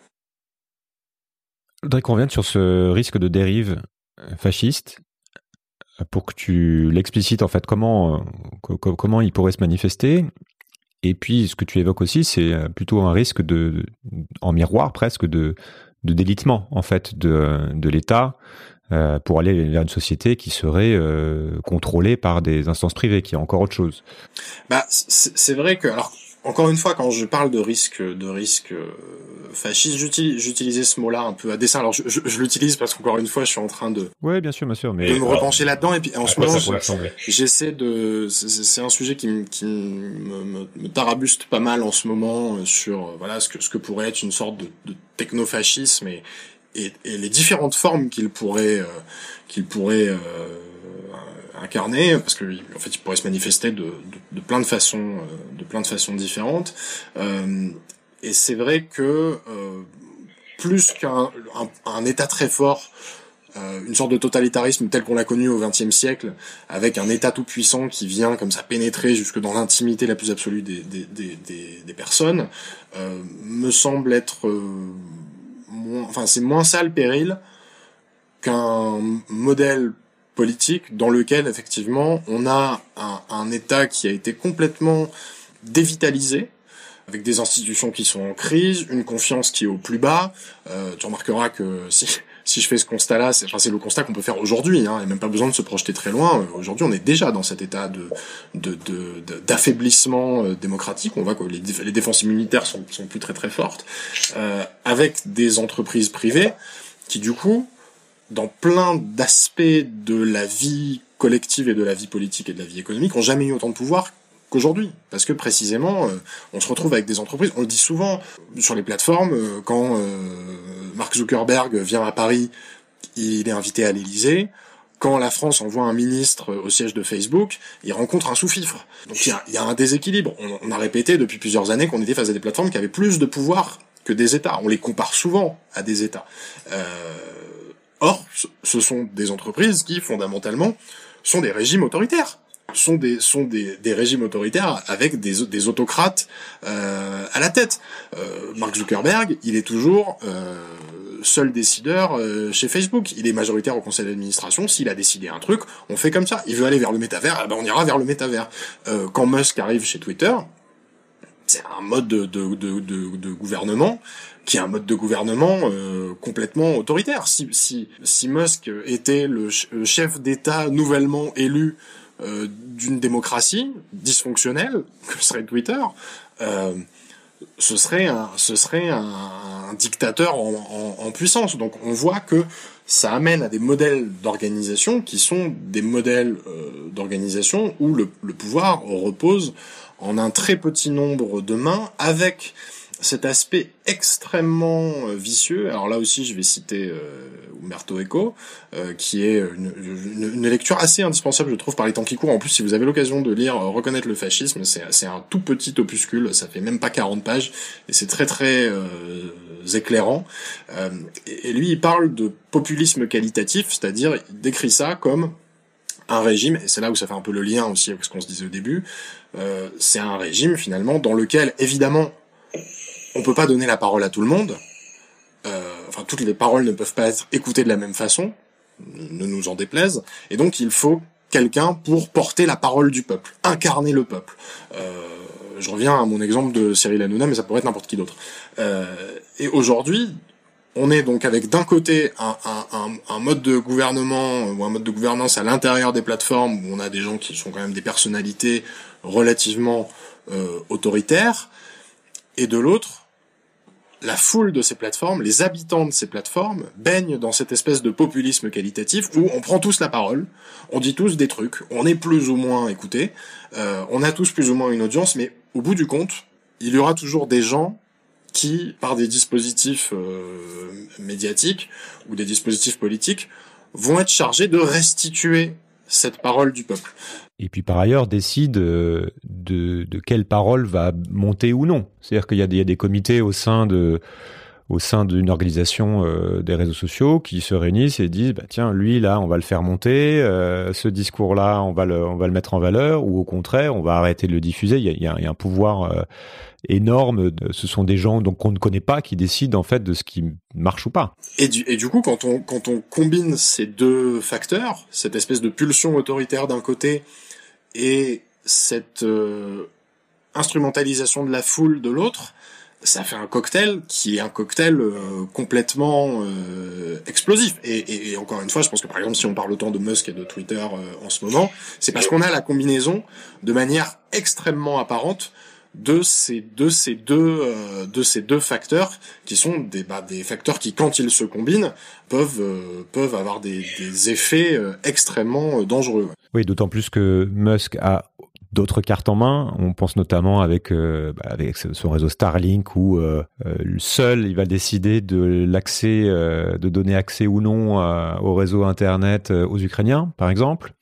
Je voudrais qu'on revienne sur ce risque de dérive fasciste, pour que tu l'explicites en fait comment euh, comment il pourrait se manifester. Et puis ce que tu évoques aussi, c'est plutôt un risque de, en miroir presque, de de délitement en fait de de l'État euh, pour aller vers une société qui serait euh, contrôlée par des instances privées, qui est encore autre chose. Bah c'est, c'est vrai que, alors encore une fois, quand je parle de risque de risque euh, fasciste, j'utilise, j'utilisais ce mot-là un peu à dessein. Alors je, je, je l'utilise parce qu'encore une fois, je suis en train de ouais, bien sûr, bien sûr, mais de me alors, repencher là-dedans. Et puis en ce moment, je, j'essaie de. C'est, c'est un sujet qui, me, qui me, me, me tarabuste pas mal en ce moment sur euh, voilà ce que ce que pourrait être une sorte de, de technofascisme et, et et les différentes formes qu'il pourrait euh, qu'il pourrait euh, incarné, parce que en fait il pourrait se manifester de, de, de plein de façons de plein de façons différentes, euh, et c'est vrai que euh, plus qu'un un, un État très fort, euh, une sorte de totalitarisme tel qu'on l'a connu au vingtième siècle, avec un État tout puissant qui vient comme ça pénétrer jusque dans l'intimité la plus absolue des des des, des, des personnes, euh, me semble être euh, moins, enfin c'est moins ça le péril qu'un modèle politique dans lequel effectivement on a un, un État qui a été complètement dévitalisé, avec des institutions qui sont en crise, une confiance qui est au plus bas. Euh, tu remarqueras que si si je fais ce constat-là, c'est, enfin, c'est le constat qu'on peut faire aujourd'hui, hein, il n'y a même pas besoin de se projeter très loin. Aujourd'hui, on est déjà dans cet état de, de, de, de d'affaiblissement euh, démocratique. On voit que les, les défenses immunitaires sont, sont plus très très fortes, euh, avec des entreprises privées qui du coup, dans plein d'aspects de la vie collective et de la vie politique et de la vie économique, ont jamais eu autant de pouvoir qu'aujourd'hui. Parce que précisément, euh, on se retrouve avec des entreprises, on le dit souvent sur les plateformes, euh, quand euh, Mark Zuckerberg vient à Paris, il est invité à l'Élysée. Quand la France envoie un ministre au siège de Facebook, il rencontre un sous-fifre. Donc il y a, il y a un déséquilibre. On, on a répété depuis plusieurs années qu'on était face à des plateformes qui avaient plus de pouvoir que des États. On les compare souvent à des États. Euh, Or, ce sont des entreprises qui, fondamentalement, sont des régimes autoritaires. Sont des sont des, des régimes autoritaires avec des des autocrates euh, à la tête. Euh, Mark Zuckerberg, il est toujours euh, seul décideur euh, chez Facebook. Il est majoritaire au conseil d'administration. S'il a décidé un truc, on fait comme ça. Il veut aller vers le métavers, eh ben on ira vers le métavers. Euh, quand Musk arrive chez Twitter, c'est un mode de, de, de, de, de gouvernement qui est un mode de gouvernement euh, complètement autoritaire. Si, si, si Musk était le, ch- le chef d'État nouvellement élu euh, d'une démocratie dysfonctionnelle, que serait Twitter, euh, ce serait un, ce serait un, un dictateur en, en, en puissance. Donc on voit que ça amène à des modèles d'organisation qui sont des modèles euh, d'organisation où le, le pouvoir repose en un très petit nombre de mains, avec cet aspect extrêmement euh, vicieux. Alors là aussi, je vais citer euh, Umberto Eco, euh, qui est une, une, une lecture assez indispensable, je trouve, par les temps qui courent. En plus, si vous avez l'occasion de lire euh, Reconnaître le fascisme, c'est, c'est un tout petit opuscule, ça fait même pas quarante pages, et c'est très très euh, éclairant. Euh, et, et lui, il parle de populisme qualitatif, c'est-à-dire, il décrit ça comme un régime, et c'est là où ça fait un peu le lien aussi avec ce qu'on se disait au début, euh, c'est un régime finalement dans lequel, évidemment, on peut pas donner la parole à tout le monde, euh, enfin toutes les paroles ne peuvent pas être écoutées de la même façon, ne nous en déplaise, et donc il faut quelqu'un pour porter la parole du peuple, incarner le peuple. Euh, je reviens à mon exemple de Cyril Hanouna, mais ça pourrait être n'importe qui d'autre. Euh, et aujourd'hui, on est donc avec d'un côté un, un, un, un mode de gouvernement ou un mode de gouvernance à l'intérieur des plateformes où on a des gens qui sont quand même des personnalités relativement euh, autoritaires, et de l'autre, la foule de ces plateformes, les habitants de ces plateformes baignent dans cette espèce de populisme qualitatif où on prend tous la parole, on dit tous des trucs, on est plus ou moins écoutés, euh, on a tous plus ou moins une audience, mais au bout du compte, il y aura toujours des gens qui, par des dispositifs euh, médiatiques ou des dispositifs politiques, vont être chargés de restituer cette parole du peuple. Et puis par ailleurs décide de, de, de quelle parole va monter ou non. C'est-à-dire qu'il y a des, il y a des comités au sein de au sein d'une organisation euh, des réseaux sociaux qui se réunissent et disent bah tiens lui là on va le faire monter, euh, ce discours là on va le on va le mettre en valeur, ou au contraire on va arrêter de le diffuser. Il y a, il y a, il y a un pouvoir euh, énorme. Ce sont des gens donc qu'on ne connaît pas qui décident en fait de ce qui marche ou pas. Et du, et du coup quand on quand on combine ces deux facteurs, cette espèce de pulsion autoritaire d'un côté et cette euh, instrumentalisation de la foule de l'autre, ça fait un cocktail qui est un cocktail euh, complètement euh, explosif. Et, et, et encore une fois, je pense que par exemple, si on parle autant de Musk et de Twitter euh, en ce moment, c'est parce qu'on a la combinaison de manière extrêmement apparente de ces de ces deux euh, de ces deux facteurs qui sont des bah, des facteurs qui, quand ils se combinent, peuvent euh, peuvent avoir des des effets euh, extrêmement dangereux. Oui, d'autant plus que Musk a d'autres cartes en main. On pense notamment avec euh, bah, avec son réseau Starlink où euh, euh, seul il va décider de l'accès euh, de donner accès ou non euh, au réseau internet euh, aux Ukrainiens, par exemple.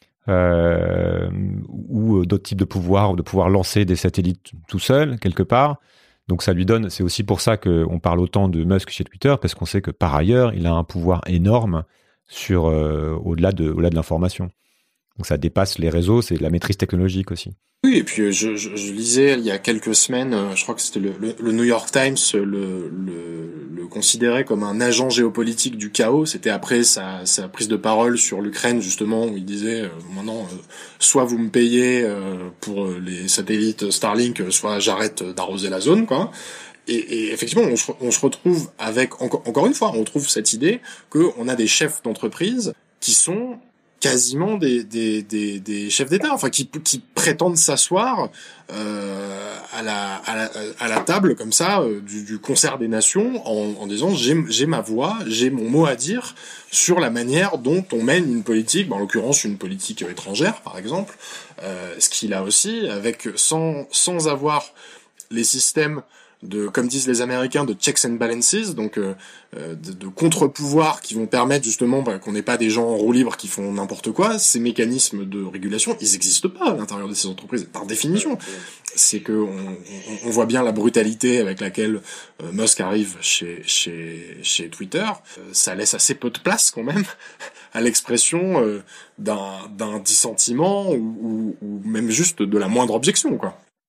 Euh, ou d'autres types de pouvoirs, de pouvoir lancer des satellites tout seul quelque part. Donc ça lui donne, c'est aussi pour ça qu'on parle autant de Musk chez Twitter, parce qu'on sait que par ailleurs il a un pouvoir énorme sur euh, au-delà de au-delà de l'information. Donc ça dépasse les réseaux, c'est de la maîtrise technologique aussi. Oui, et puis je, je, je lisais il y a quelques semaines, je crois que c'était le, le, le New York Times le, le, le considérait comme un agent géopolitique du chaos. C'était après sa, sa prise de parole sur l'Ukraine, justement, où il disait euh, maintenant, euh, soit vous me payez euh, pour les satellites Starlink, soit j'arrête d'arroser la zone, quoi. Et, et effectivement, on se, on se retrouve avec, encore, encore une fois, on trouve cette idée qu'on a des chefs d'entreprise qui sont quasiment des, des, des, des chefs d'État, enfin qui, qui prétendent s'asseoir euh, à, la, à, la, à la table comme ça euh, du, du concert des nations en, en disant j'ai, j'ai ma voix, j'ai mon mot à dire sur la manière dont on mène une politique, ben, en l'occurrence une politique étrangère par exemple, euh, ce qu'il a aussi avec sans sans avoir les systèmes de, comme disent les Américains, de checks and balances, donc euh, de, de contre-pouvoirs qui vont permettre justement bah, qu'on n'ait pas des gens en roue libre qui font n'importe quoi. Ces mécanismes de régulation, ils n'existent pas à l'intérieur de ces entreprises, par définition. C'est que on, on, on voit bien la brutalité avec laquelle euh, Musk arrive chez chez chez Twitter. Euh, ça laisse assez peu de place quand même à l'expression euh, d'un d'un dissentiment ou, ou, ou même juste de la moindre objection, quoi.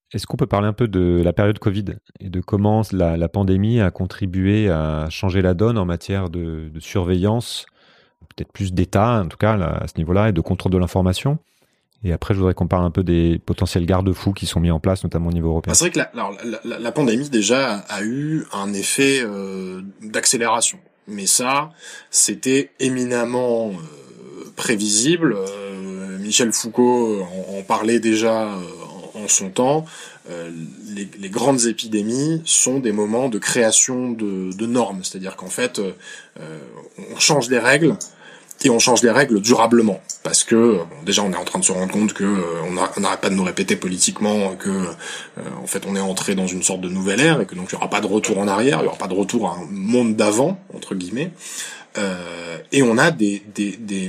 Est-ce qu'on peut parler un peu de la période Covid et de comment la, la pandémie a contribué à changer la donne en matière de, de surveillance, peut-être plus d'État en tout cas là, à ce niveau-là, et de contrôle de l'information? Et après, je voudrais qu'on parle un peu des potentiels garde-fous qui sont mis en place, notamment au niveau européen. Ah, c'est vrai que la, alors, la, la, la pandémie déjà a eu un effet euh, d'accélération, mais ça, c'était éminemment euh, prévisible. Euh, Michel Foucault en, en parlait déjà euh, en, en son temps. Euh, les, les grandes épidémies sont des moments de création de, de normes, c'est-à-dire qu'en fait, euh, on change les règles. Et on change les règles durablement, parce que bon, déjà on est en train de se rendre compte que euh, on n'arrête pas de nous répéter politiquement que euh, en fait on est entré dans une sorte de nouvelle ère et que donc il y aura pas de retour en arrière, il y aura pas de retour à un monde d'avant entre guillemets. Euh, et on a des, des des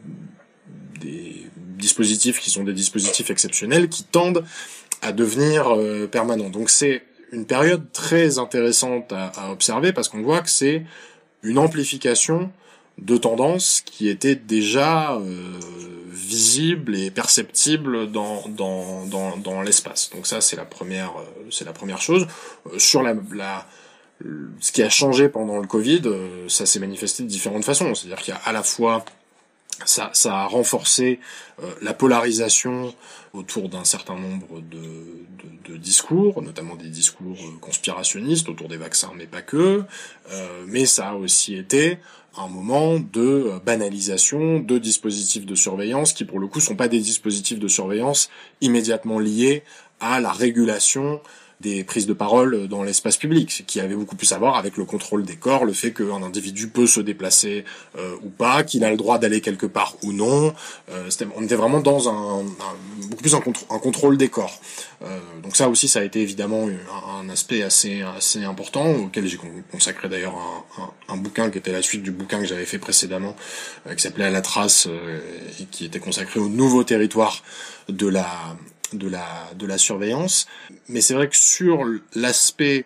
des dispositifs qui sont des dispositifs exceptionnels qui tendent à devenir euh, permanents. Donc c'est une période très intéressante à, à observer parce qu'on voit que c'est une amplification de tendances qui étaient déjà euh, visibles et perceptibles dans dans dans dans l'espace. Donc ça c'est la première euh, c'est la première chose. Euh, sur la la ce qui a changé pendant le Covid, euh, ça s'est manifesté de différentes façons. C'est-à-dire qu'il y a à la fois ça ça a renforcé euh, la polarisation autour d'un certain nombre de, de de discours, notamment des discours conspirationnistes autour des vaccins, mais pas que. Euh, mais ça a aussi été un moment de banalisation de dispositifs de surveillance qui, pour le coup, sont pas des dispositifs de surveillance immédiatement liés à la régulation des prises de parole dans l'espace public, qui avait beaucoup plus à voir avec le contrôle des corps, le fait qu'un individu peut se déplacer euh, ou pas, qu'il a le droit d'aller quelque part ou non. Euh, c'était, on était vraiment dans un, un beaucoup plus un, contr- un contrôle des corps. Euh, donc ça aussi, ça a été évidemment un, un aspect assez assez important auquel j'ai consacré d'ailleurs un, un, un bouquin qui était la suite du bouquin que j'avais fait précédemment, euh, qui s'appelait À la trace euh, et qui était consacré au nouveau territoire de la de la de la surveillance. Mais c'est vrai que sur l'aspect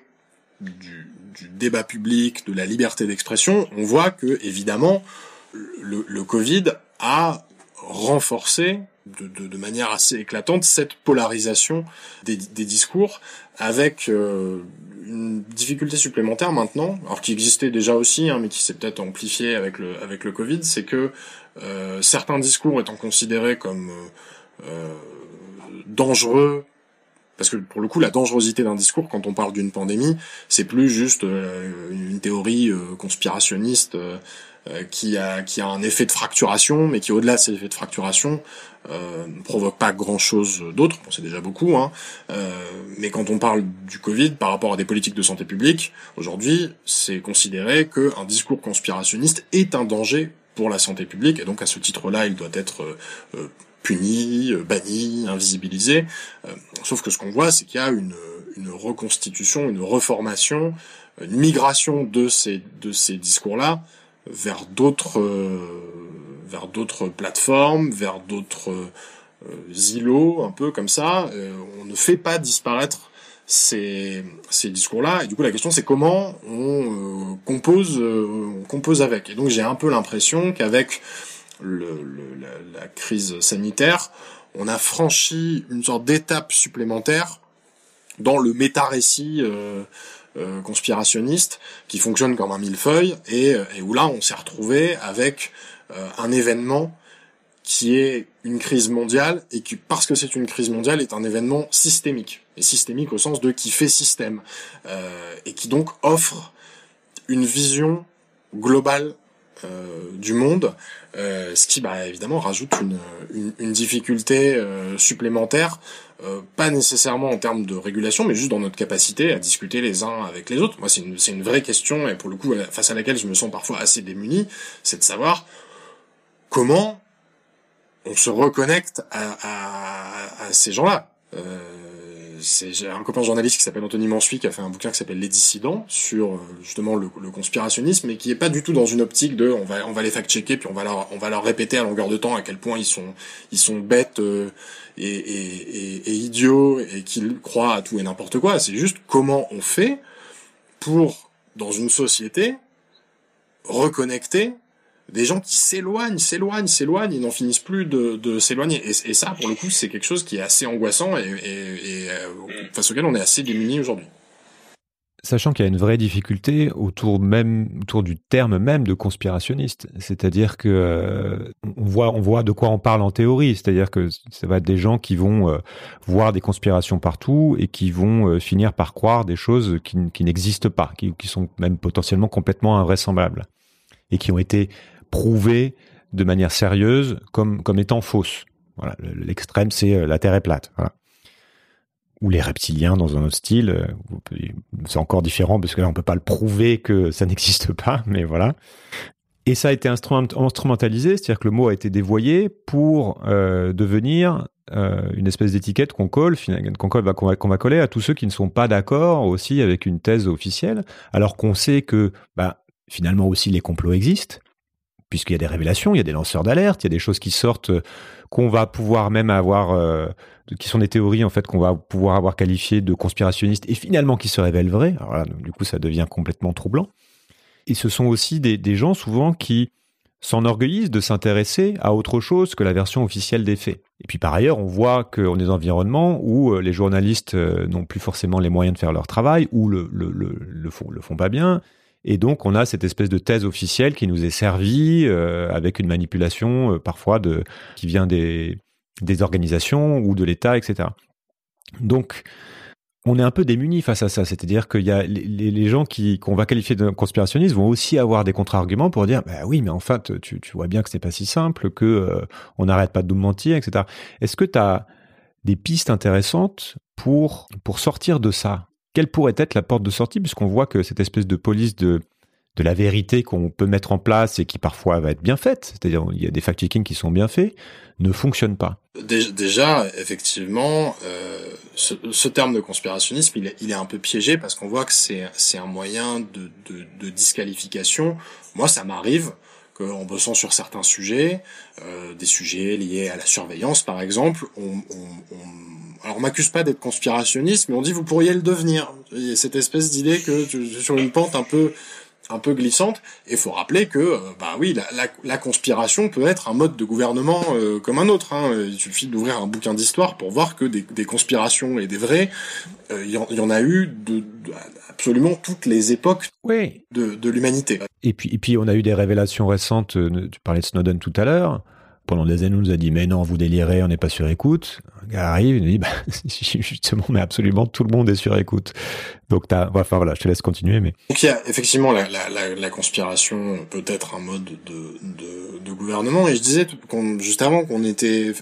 du, du débat public, de la liberté d'expression, on voit que évidemment le, le Covid a renforcé de, de, de manière assez éclatante cette polarisation des, des discours, avec euh, une difficulté supplémentaire maintenant, alors qui existait déjà aussi, hein, mais qui s'est peut-être amplifiée avec le avec le Covid, c'est que euh, certains discours étant considérés comme euh, euh, dangereux, parce que pour le coup la dangerosité d'un discours quand on parle d'une pandémie, c'est plus juste euh, une théorie euh, conspirationniste euh, euh, qui a qui a un effet de fracturation, mais qui au-delà de cet effet de fracturation euh, ne provoque pas grand-chose d'autre. Bon, c'est déjà beaucoup, hein. Euh, mais quand on parle du Covid par rapport à des politiques de santé publique, aujourd'hui, c'est considéré que un discours conspirationniste est un danger pour la santé publique, et donc à ce titre-là, il doit être euh, euh, puni, banni, invisibilisé. Euh, sauf que ce qu'on voit, c'est qu'il y a une, une reconstitution, une reformation, une migration de ces de ces discours-là vers d'autres euh, vers d'autres plateformes, vers d'autres euh, îlots, un peu comme ça. Euh, on ne fait pas disparaître ces ces discours-là. Et du coup, la question, c'est comment on euh, compose euh, on compose avec. Et donc, j'ai un peu l'impression qu'avec Le, le, la, la crise sanitaire, on a franchi une sorte d'étape supplémentaire dans le méta-récit euh, euh, conspirationniste qui fonctionne comme un millefeuille et, et où là on s'est retrouvé avec euh, un événement qui est une crise mondiale et qui, parce que c'est une crise mondiale, est un événement systémique, et systémique au sens de qui fait système, euh, et qui donc offre une vision globale Euh, du monde, euh, ce qui bah évidemment rajoute une une, une difficulté euh, supplémentaire, euh, pas nécessairement en termes de régulation, mais juste dans notre capacité à discuter les uns avec les autres. Moi, c'est une c'est une vraie question, et pour le coup face à laquelle je me sens parfois assez démuni, c'est de savoir comment on se reconnecte à à, à ces gens-là. Euh, C'est, j'ai un copain journaliste qui s'appelle Anthony Mansuy qui a fait un bouquin qui s'appelle Les Dissidents sur justement le, le conspirationnisme, mais qui est pas du tout dans une optique de on va on va les fact-checker puis on va leur on va leur répéter à longueur de temps à quel point ils sont ils sont bêtes euh, et, et, et, et idiots et qu'ils croient à tout et n'importe quoi. C'est juste comment on fait pour, dans une société, reconnecter des gens qui s'éloignent, s'éloignent, s'éloignent, ils n'en finissent plus de, de s'éloigner. Et, et ça, pour le coup, c'est quelque chose qui est assez angoissant et, et, et euh, face auquel on est assez démunis aujourd'hui. Sachant qu'il y a une vraie difficulté autour même autour du terme même de conspirationniste, c'est-à-dire que euh, on voit on voit de quoi on parle en théorie, c'est-à-dire que ça va être des gens qui vont euh, voir des conspirations partout et qui vont euh, finir par croire des choses qui, qui n'existent pas, qui, qui sont même potentiellement complètement invraisemblables et qui ont été prouvées de manière sérieuse comme comme étant fausses. Voilà, l'extrême c'est euh, la Terre est plate. Voilà. Ou les reptiliens dans un autre style, c'est encore différent parce que là on peut pas le prouver que ça n'existe pas, mais voilà. Et ça a été instrumentalisé, c'est-à-dire que le mot a été dévoyé pour euh, devenir euh, une espèce d'étiquette qu'on colle, qu'on colle, qu'on va, qu'on va coller à tous ceux qui ne sont pas d'accord aussi avec une thèse officielle, alors qu'on sait que bah, finalement aussi les complots existent, puisqu'il y a des révélations, il y a des lanceurs d'alerte, il y a des choses qui sortent qu'on va pouvoir même avoir, euh, qui sont des théories en fait qu'on va pouvoir avoir qualifiées de conspirationnistes et finalement qui se révèlent vraies. Alors là, du coup, ça devient complètement troublant. Et ce sont aussi des, des gens souvent qui s'enorgueillissent de s'intéresser à autre chose que la version officielle des faits. Et puis par ailleurs, on voit qu'on est dans un environnement où les journalistes n'ont plus forcément les moyens de faire leur travail, ou le, le, le, le, font, le font pas bien. Et donc, on a cette espèce de thèse officielle qui nous est servie euh, avec une manipulation euh, parfois de, qui vient des, des organisations ou de l'État, et cetera. Donc, on est un peu démunis face à ça. C'est-à-dire qu'il y a les, les gens qui, qu'on va qualifier de conspirationnistes vont aussi avoir des contre-arguments pour dire bah oui, mais en fait, tu, tu vois bien que c'est pas si simple, que euh, on n'arrête pas de nous mentir, et cetera. Est-ce que tu as des pistes intéressantes pour, pour sortir de ça ? Quelle pourrait être la porte de sortie, puisqu'on voit que cette espèce de police de, de la vérité qu'on peut mettre en place et qui parfois va être bien faite, c'est-à-dire il y a des fact-checking qui sont bien faits, ne fonctionne pas. Déjà, effectivement, euh, ce, ce terme de conspirationnisme, il est, il est un peu piégé parce qu'on voit que c'est, c'est un moyen de, de, de disqualification. Moi, ça m'arrive qu'en bossant sur certains sujets, euh, des sujets liés à la surveillance par exemple, on, on, on alors on m'accuse pas d'être conspirationniste, mais on dit vous pourriez le devenir. Il y a cette espèce d'idée que je suis sur une pente un peu un peu glissante, et il faut rappeler que euh, bah oui, la, la, la conspiration peut être un mode de gouvernement euh, comme un autre. Hein. Il suffit d'ouvrir un bouquin d'histoire pour voir que des, des conspirations et des vraies, euh, il y, y en a eu de, de absolument toutes les époques oui. de, de l'humanité. Et puis, et puis on a eu des révélations récentes. Tu parlais de Snowden tout à l'heure. Pendant des années, on nous a dit « mais non, vous délirez, on n'est pas sur écoute ». Un gars arrive, il nous dit bah, « justement, mais absolument, tout le monde est sur écoute ». Donc, t'as, enfin voilà, je te laisse continuer. Mais donc il y a effectivement la, la, la, la conspiration peut être un mode de, de, de gouvernement. Et je disais qu'on, juste avant qu'on était,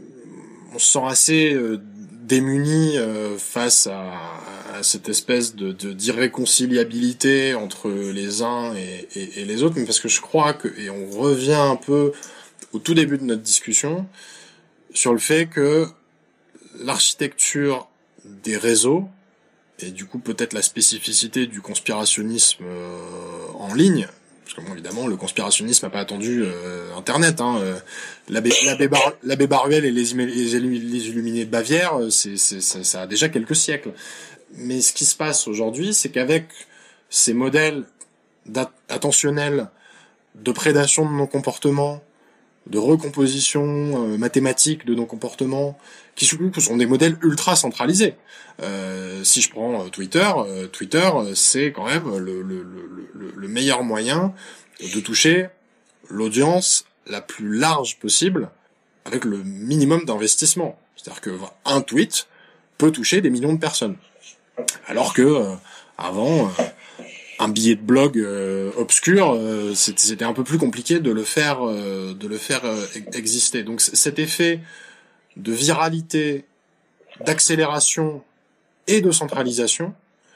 on se sent assez euh, démunis euh, face à, à cette espèce de, de d'irréconciliabilité entre les uns et, et, et les autres. Mais parce que je crois que, et on revient un peu au tout début de notre discussion, sur le fait que l'architecture des réseaux, et du coup peut-être la spécificité du conspirationnisme euh, en ligne, parce que bon, évidemment, le conspirationnisme n'a pas attendu euh, Internet. Hein, euh, l'abbé, l'abbé, Bar, l'abbé Baruel et les, les, les Illuminés de Bavière, c'est, c'est, ça, ça a déjà quelques siècles. Mais ce qui se passe aujourd'hui, c'est qu'avec ces modèles attentionnels de prédation de nos comportements, de recomposition euh, mathématique de nos comportements, qui sont des modèles ultra centralisés. Euh, si je prends euh, Twitter, euh, Twitter, euh, c'est quand même le, le, le, le meilleur moyen de toucher l'audience la plus large possible avec le minimum d'investissement. C'est-à-dire que un tweet peut toucher des millions de personnes. Alors que euh, avant... Euh, un billet de blog euh, obscur, euh, c'était, c'était un peu plus compliqué de le faire, euh, de le faire euh, exister. Donc c- cet effet de viralité, d'accélération et de centralisation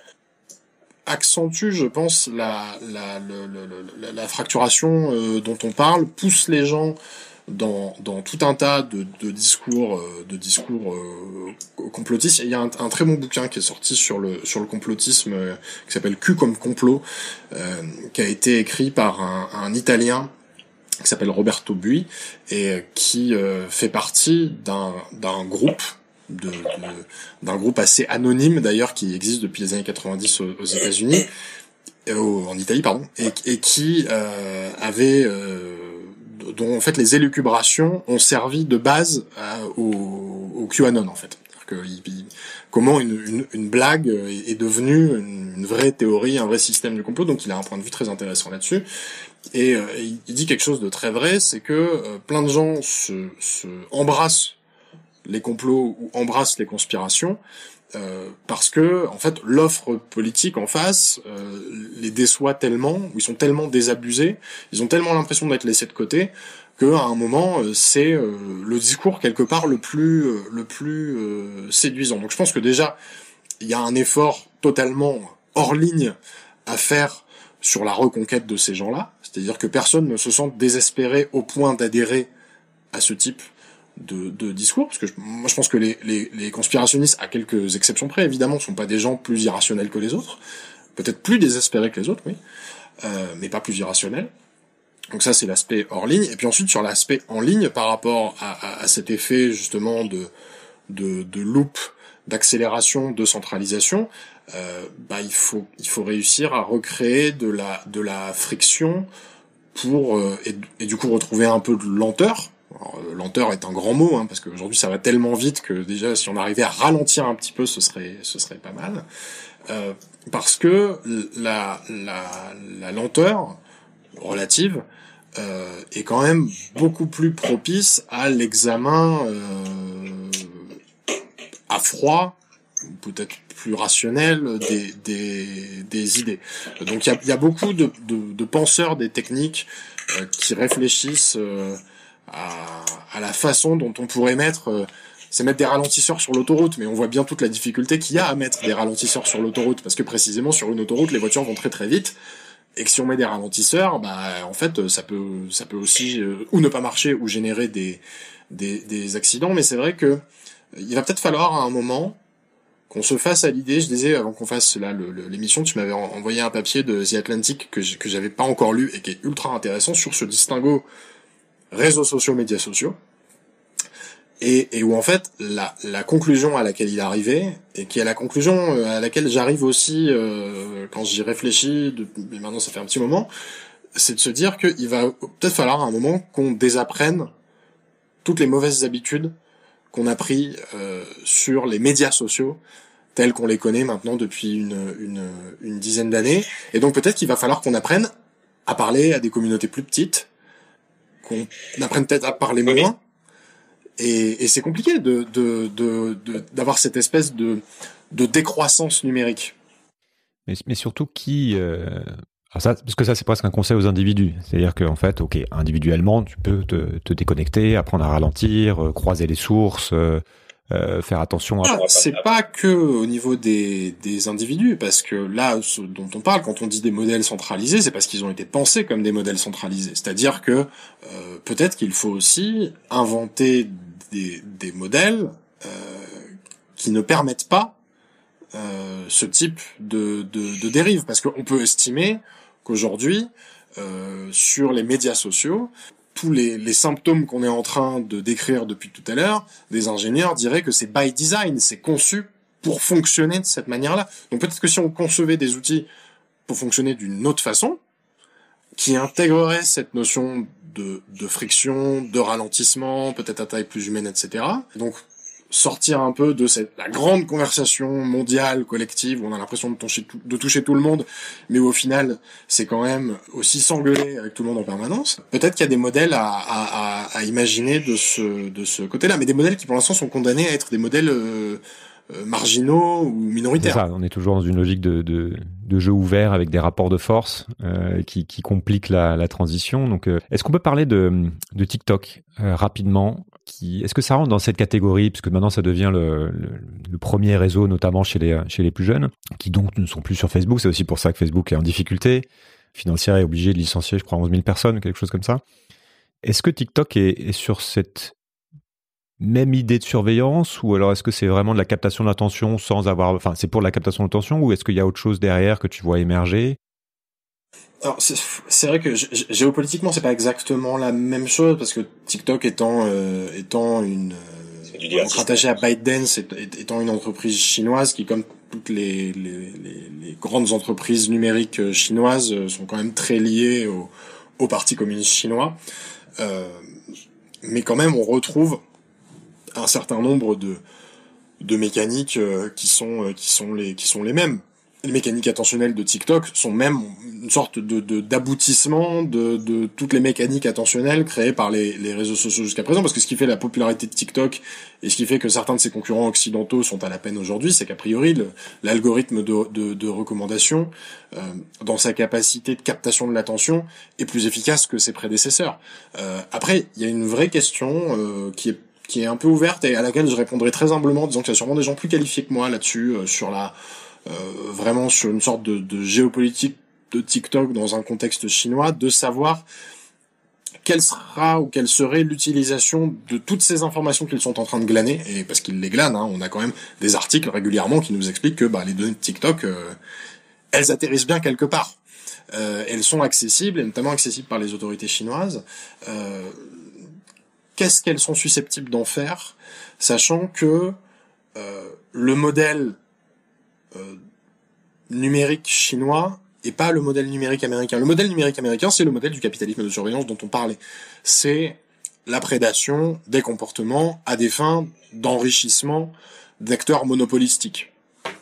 accentue, je pense, la, la, le, le, le, la fracturation euh, dont on parle, pousse les gens dans, dans tout un tas de, de discours, euh, de discours euh, complotistes. Et il y a un, un très bon bouquin qui est sorti sur le sur le complotisme euh, qui s'appelle Q comme complot, euh, qui a été écrit par un, un Italien qui s'appelle Roberto Bui et euh, qui euh, fait partie d'un d'un groupe de, de d'un groupe assez anonyme d'ailleurs qui existe depuis les années quatre-vingt-dix aux, aux États-Unis, euh, en Italie pardon, et, et qui euh, avait euh, dont en fait les élucubrations ont servi de base à, au, au QAnon en fait. Que, il, il, comment une, une, une blague est, est devenue une, une vraie théorie, un vrai système du complot. Donc il a un point de vue très intéressant là-dessus. Et euh, il, il dit quelque chose de très vrai, c'est que euh, plein de gens se, se embrassent les complots ou embrassent les conspirations euh, parce que en fait l'offre politique en face euh, les déçoit tellement, ou ils sont tellement désabusés, ils ont tellement l'impression d'être laissés de côté que à un moment euh, c'est euh, le discours quelque part le plus euh, le plus euh, séduisant. Donc je pense que déjà il y a un effort totalement hors ligne à faire sur la reconquête de ces gens-là, c'est-à-dire que personne ne se sente désespéré au point d'adhérer à ce type de, de discours, parce que je, moi je pense que les, les, les conspirationnistes, à quelques exceptions près évidemment, sont pas des gens plus irrationnels que les autres, peut-être plus désespérés que les autres, oui, euh, mais pas plus irrationnels. Donc ça c'est l'aspect hors ligne, et puis ensuite sur l'aspect en ligne par rapport à, à, à cet effet justement de de, de loop, d'accélération, de centralisation, euh, bah il faut il faut réussir à recréer de la de la friction pour euh, et, et du coup retrouver un peu de lenteur. Alors, lenteur est un grand mot, hein, parce qu'aujourd'hui ça va tellement vite que déjà si on arrivait à ralentir un petit peu, ce serait ce serait pas mal. Euh, parce que la la la lenteur relative euh, est quand même beaucoup plus propice à l'examen euh, à froid, peut-être plus rationnel des des des idées. Donc il y a il y a beaucoup de de, de penseurs des techniques euh, qui réfléchissent euh, à à la façon dont on pourrait mettre euh, c'est mettre des ralentisseurs sur l'autoroute, mais on voit bien toute la difficulté qu'il y a à mettre des ralentisseurs sur l'autoroute, parce que précisément sur une autoroute, les voitures vont très très vite, et que si on met des ralentisseurs, bah en fait ça peut ça peut aussi euh, ou ne pas marcher ou générer des des des accidents. Mais c'est vrai que il va peut-être falloir à un moment qu'on se fasse à l'idée. Je disais avant qu'on fasse là le, le, l'émission, tu m'avais envoyé un papier de The Atlantic que je, que j'avais pas encore lu et qui est ultra intéressant sur ce distinguo réseaux sociaux, médias sociaux. Et, et où en fait la, la conclusion à laquelle il est arrivé, et qui est la conclusion à laquelle j'arrive aussi euh, quand j'y réfléchis, depuis, maintenant ça fait un petit moment, c'est de se dire qu'il va peut-être falloir à un moment qu'on désapprenne toutes les mauvaises habitudes qu'on a pris euh, sur les médias sociaux tels qu'on les connaît maintenant depuis une, une, une dizaine d'années. Et donc peut-être qu'il va falloir qu'on apprenne à parler à des communautés plus petites, qu'on apprenne peut-être à parler moins. Et, et c'est compliqué de, de, de, de, d'avoir cette espèce de, de décroissance numérique. Mais, mais surtout qui... Euh... Alors ça, parce que ça, c'est presque un conseil aux individus. C'est-à-dire qu'en fait, ok, individuellement, tu peux te, te déconnecter, apprendre à ralentir, euh, croiser les sources, euh, euh, faire attention à... Ah, c'est pas que au niveau des, des individus, parce que là, ce dont on parle, quand on dit des modèles centralisés, c'est parce qu'ils ont été pensés comme des modèles centralisés. C'est-à-dire que euh, peut-être qu'il faut aussi inventer des, des modèles euh, qui ne permettent pas euh, ce type de, de, de dérive, parce qu'on peut estimer qu'aujourd'hui, euh, sur les médias sociaux, tous les, les symptômes qu'on est en train de décrire depuis tout à l'heure, des ingénieurs diraient que c'est by design, c'est conçu pour fonctionner de cette manière-là. Donc peut-être que si on concevait des outils pour fonctionner d'une autre façon, qui intégrerait cette notion de, de friction, de ralentissement, peut-être à taille plus humaine, et cetera. Donc sortir un peu de cette la grande conversation mondiale collective où on a l'impression de toucher tout, de toucher tout le monde, mais où au final c'est quand même aussi s'engueuler avec tout le monde en permanence. Peut-être qu'il y a des modèles à, à, à, à imaginer de ce de ce côté-là, mais des modèles qui pour l'instant sont condamnés à être des modèles euh, euh, marginaux ou minoritaires. C'est ça, on est toujours dans une logique de de, de jeu ouvert avec des rapports de force euh, qui qui compliquent la, la transition. Donc, euh, est-ce qu'on peut parler de de TikTok euh, rapidement? Qui, est-ce que ça rentre dans cette catégorie, puisque maintenant ça devient le, le, le premier réseau, notamment chez les, chez les plus jeunes, qui donc ne sont plus sur Facebook. C'est aussi pour ça que Facebook est en difficulté financière, est obligé de licencier, je crois, onze mille personnes, quelque chose comme ça. Est-ce que TikTok est, est sur cette même idée de surveillance, ou alors est-ce que c'est vraiment de la captation d'attention sans avoir... Enfin, c'est pour la captation d'attention, ou est-ce qu'il y a autre chose derrière que tu vois émerger ? Alors c'est, c'est vrai que g- géopolitiquement c'est pas exactement la même chose, parce que TikTok étant euh, étant une euh, rattachée à ByteDance, étant une entreprise chinoise qui, comme toutes les les, les, les grandes entreprises numériques chinoises, sont quand même très liées au, au Parti communiste chinois. Euh, mais quand même, on retrouve un certain nombre de de mécaniques euh, qui sont euh, qui sont les qui sont les mêmes. Les mécaniques attentionnelles de TikTok sont même une sorte de, de d'aboutissement de, de toutes les mécaniques attentionnelles créées par les, les réseaux sociaux jusqu'à présent, parce que ce qui fait la popularité de TikTok et ce qui fait que certains de ses concurrents occidentaux sont à la peine aujourd'hui, c'est qu'a priori le, l'algorithme de, de, de recommandation, euh, dans sa capacité de captation de l'attention, est plus efficace que ses prédécesseurs. Euh, après, il y a une vraie question euh, qui est qui est un peu ouverte et à laquelle je répondrai très humblement, en disant qu'il y a sûrement des gens plus qualifiés que moi là-dessus, euh, sur la Euh, vraiment sur une sorte de, de géopolitique de TikTok dans un contexte chinois, de savoir quelle sera ou quelle serait l'utilisation de toutes ces informations qu'ils sont en train de glaner, et parce qu'ils les glanent, hein, on a quand même des articles régulièrement qui nous expliquent que bah, les données de TikTok, euh, elles atterrissent bien quelque part. Euh, elles sont accessibles, et notamment accessibles par les autorités chinoises. Euh, qu'est-ce qu'elles sont susceptibles d'en faire, sachant que euh, le modèle Euh, numérique chinois et pas le modèle numérique américain. Le modèle numérique américain, c'est le modèle du capitalisme de surveillance dont on parlait. C'est la prédation des comportements à des fins d'enrichissement d'acteurs monopolistiques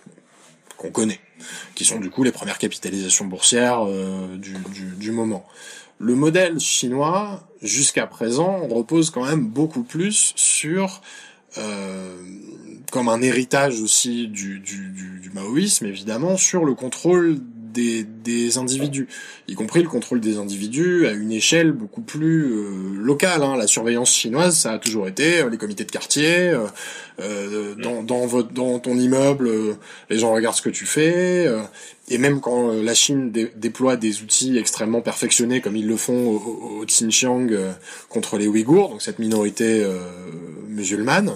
qu'on connaît, qui sont du coup les premières capitalisations boursières euh, du, du, du moment. Le modèle chinois, jusqu'à présent, repose quand même beaucoup plus sur Euh, comme un héritage aussi du, du, du, du maoïsme, évidemment, sur le contrôle des, des individus, y compris le contrôle des individus à une échelle beaucoup plus euh, locale. Hein. La surveillance chinoise, ça a toujours été euh, les comités de quartier, euh, euh, dans, dans, votre, dans ton immeuble, euh, les gens regardent ce que tu fais, euh, et même quand euh, la Chine dé- déploie des outils extrêmement perfectionnés, comme ils le font au, au, au Xinjiang euh, contre les Ouïghours, donc cette minorité euh, musulmane,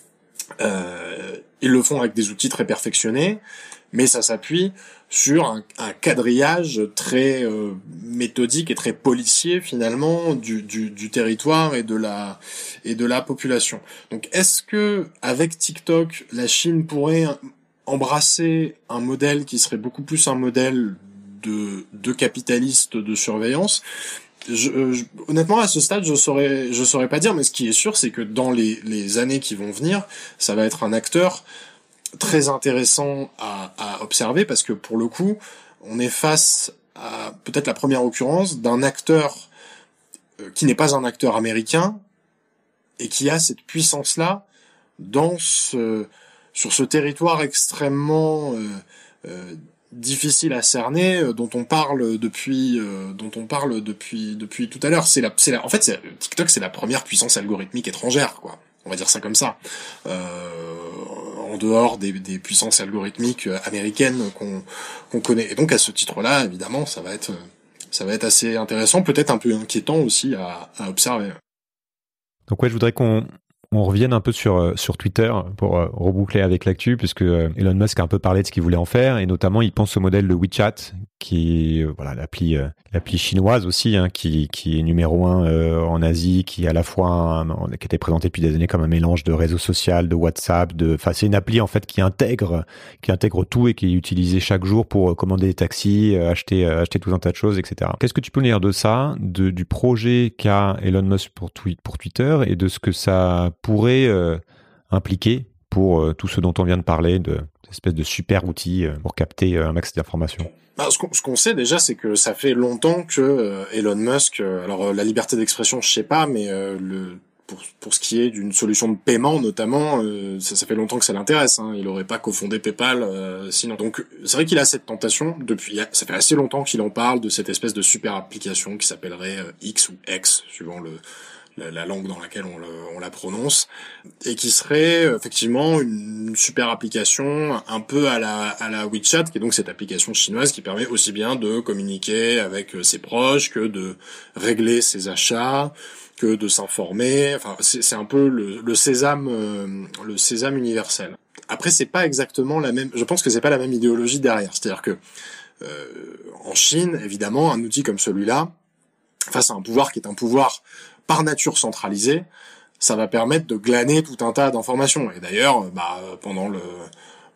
euh, ils le font avec des outils très perfectionnés, mais ça s'appuie sur un, un quadrillage très euh, méthodique et très policier finalement du, du, du territoire et de la et de la population. Donc, est-ce que avec TikTok, la Chine pourrait embrasser un modèle qui serait beaucoup plus un modèle de, de capitaliste de surveillance? Je, je, honnêtement, à ce stade, je saurais, je saurais pas dire, mais ce qui est sûr, c'est que dans les, les années qui vont venir, ça va être un acteur très intéressant à, à observer, parce que pour le coup, on est face à peut-être la première occurrence d'un acteur euh, qui n'est pas un acteur américain et qui a cette puissance-là dans ce, sur ce territoire extrêmement euh, euh, difficile à cerner, euh, dont on parle depuis, euh, dont on parle depuis depuis tout à l'heure. C'est la, c'est la, en fait, c'est, TikTok, c'est la première puissance algorithmique étrangère, quoi. On va dire ça comme ça. Euh, en dehors des, des puissances algorithmiques américaines qu'on qu'on connaît. Et donc à ce titre-là, évidemment, ça va être ça va être assez intéressant, peut-être un peu inquiétant aussi à, à observer. Donc ouais, je voudrais qu'on on revienne un peu sur sur Twitter pour euh, reboucler avec l'actu, puisque euh, Elon Musk a un peu parlé de ce qu'il voulait en faire, et notamment il pense au modèle de WeChat, qui euh, voilà l'appli euh, l'appli chinoise aussi, hein, qui qui est numéro un euh, en Asie, qui est à la fois un, qui était présenté depuis des années comme un mélange de réseau social, de WhatsApp, de enfin c'est une appli en fait qui intègre qui intègre tout et qui est utilisée chaque jour pour commander des taxis, acheter acheter tout un tas de choses, et cetera. Qu'est-ce que tu peux nous dire de ça, de du projet qu'a Elon Musk pour tweet pour Twitter, et de ce que ça pourrait euh, impliquer pour euh, tout ce dont on vient de parler, de cette espèce de super outil euh, pour capter euh, un max d'informations? Bah, ce, qu'on, ce qu'on sait déjà, c'est que ça fait longtemps que euh, Elon Musk, euh, alors euh, la liberté d'expression, je sais pas, mais euh, le pour pour ce qui est d'une solution de paiement notamment, euh, ça, ça fait longtemps que ça l'intéresse. Hein, il aurait pas cofondé PayPal euh, sinon. Donc c'est vrai qu'il a cette tentation depuis. Ça fait assez longtemps qu'il en parle de cette espèce de super application qui s'appellerait euh, X ou X suivant le la, la langue dans laquelle on, le, on la prononce, et qui serait effectivement une super application un peu à la à la WeChat, qui est donc cette application chinoise qui permet aussi bien de communiquer avec ses proches que de régler ses achats, que de s'informer. Enfin, c'est, c'est un peu le, le sésame, euh, le sésame universel. Après, c'est pas exactement la même. Je pense que c'est pas la même idéologie derrière. C'est-à-dire que euh, en Chine, évidemment, un outil comme celui-là, face à un pouvoir qui est un pouvoir par nature centralisé, ça va permettre de glaner tout un tas d'informations. Et d'ailleurs, bah, pendant le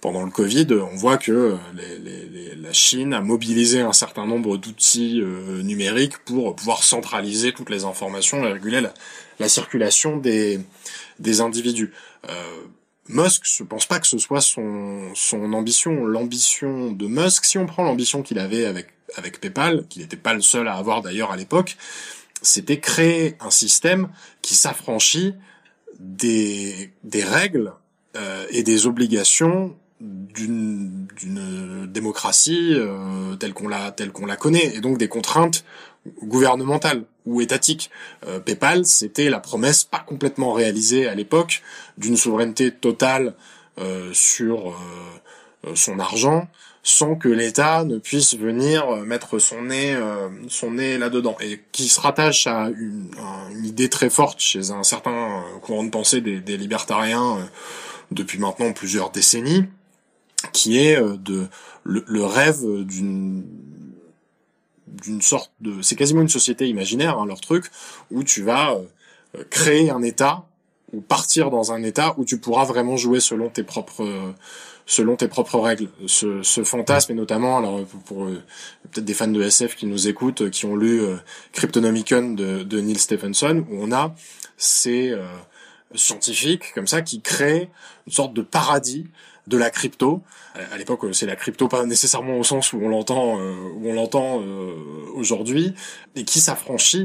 pendant le Covid, on voit que les, les, les, la Chine a mobilisé un certain nombre d'outils euh, numériques pour pouvoir centraliser toutes les informations et réguler la, la circulation des, des individus. Euh, Musk, je pense pas que ce soit son, son ambition. L'ambition de Musk, si on prend l'ambition qu'il avait avec, avec PayPal, qu'il n'était pas le seul à avoir d'ailleurs à l'époque, c'était créer un système qui s'affranchit des, des règles euh, et des obligations d'une, d'une démocratie euh, telle qu'on la, telle qu'on la connaît, et donc des contraintes gouvernementales ou étatiques. Euh, PayPal, c'était la promesse pas complètement réalisée à l'époque d'une souveraineté totale euh, sur euh, son argent, sans que l'État ne puisse venir mettre son nez, euh, son nez là-dedans, et qui se rattache à une, à une idée très forte chez un certain courant de pensée des, des libertariens euh, depuis maintenant plusieurs décennies, qui est euh, de le, le rêve d'une d'une sorte de, c'est quasiment une société imaginaire, hein, leur truc, où tu vas euh, créer un État ou partir dans un État où tu pourras vraiment jouer selon tes propres euh, selon tes propres règles. Ce, ce fantasme, et notamment, alors pour, pour euh, peut-être des fans de S F qui nous écoutent, qui ont lu euh, Cryptonomicon de, de Neil Stephenson, où on a ces euh, scientifiques comme ça qui créent une sorte de paradis de la crypto. À l'époque, c'est la crypto pas nécessairement au sens où on l'entend euh, où on l'entend euh, aujourd'hui, et qui s'affranchit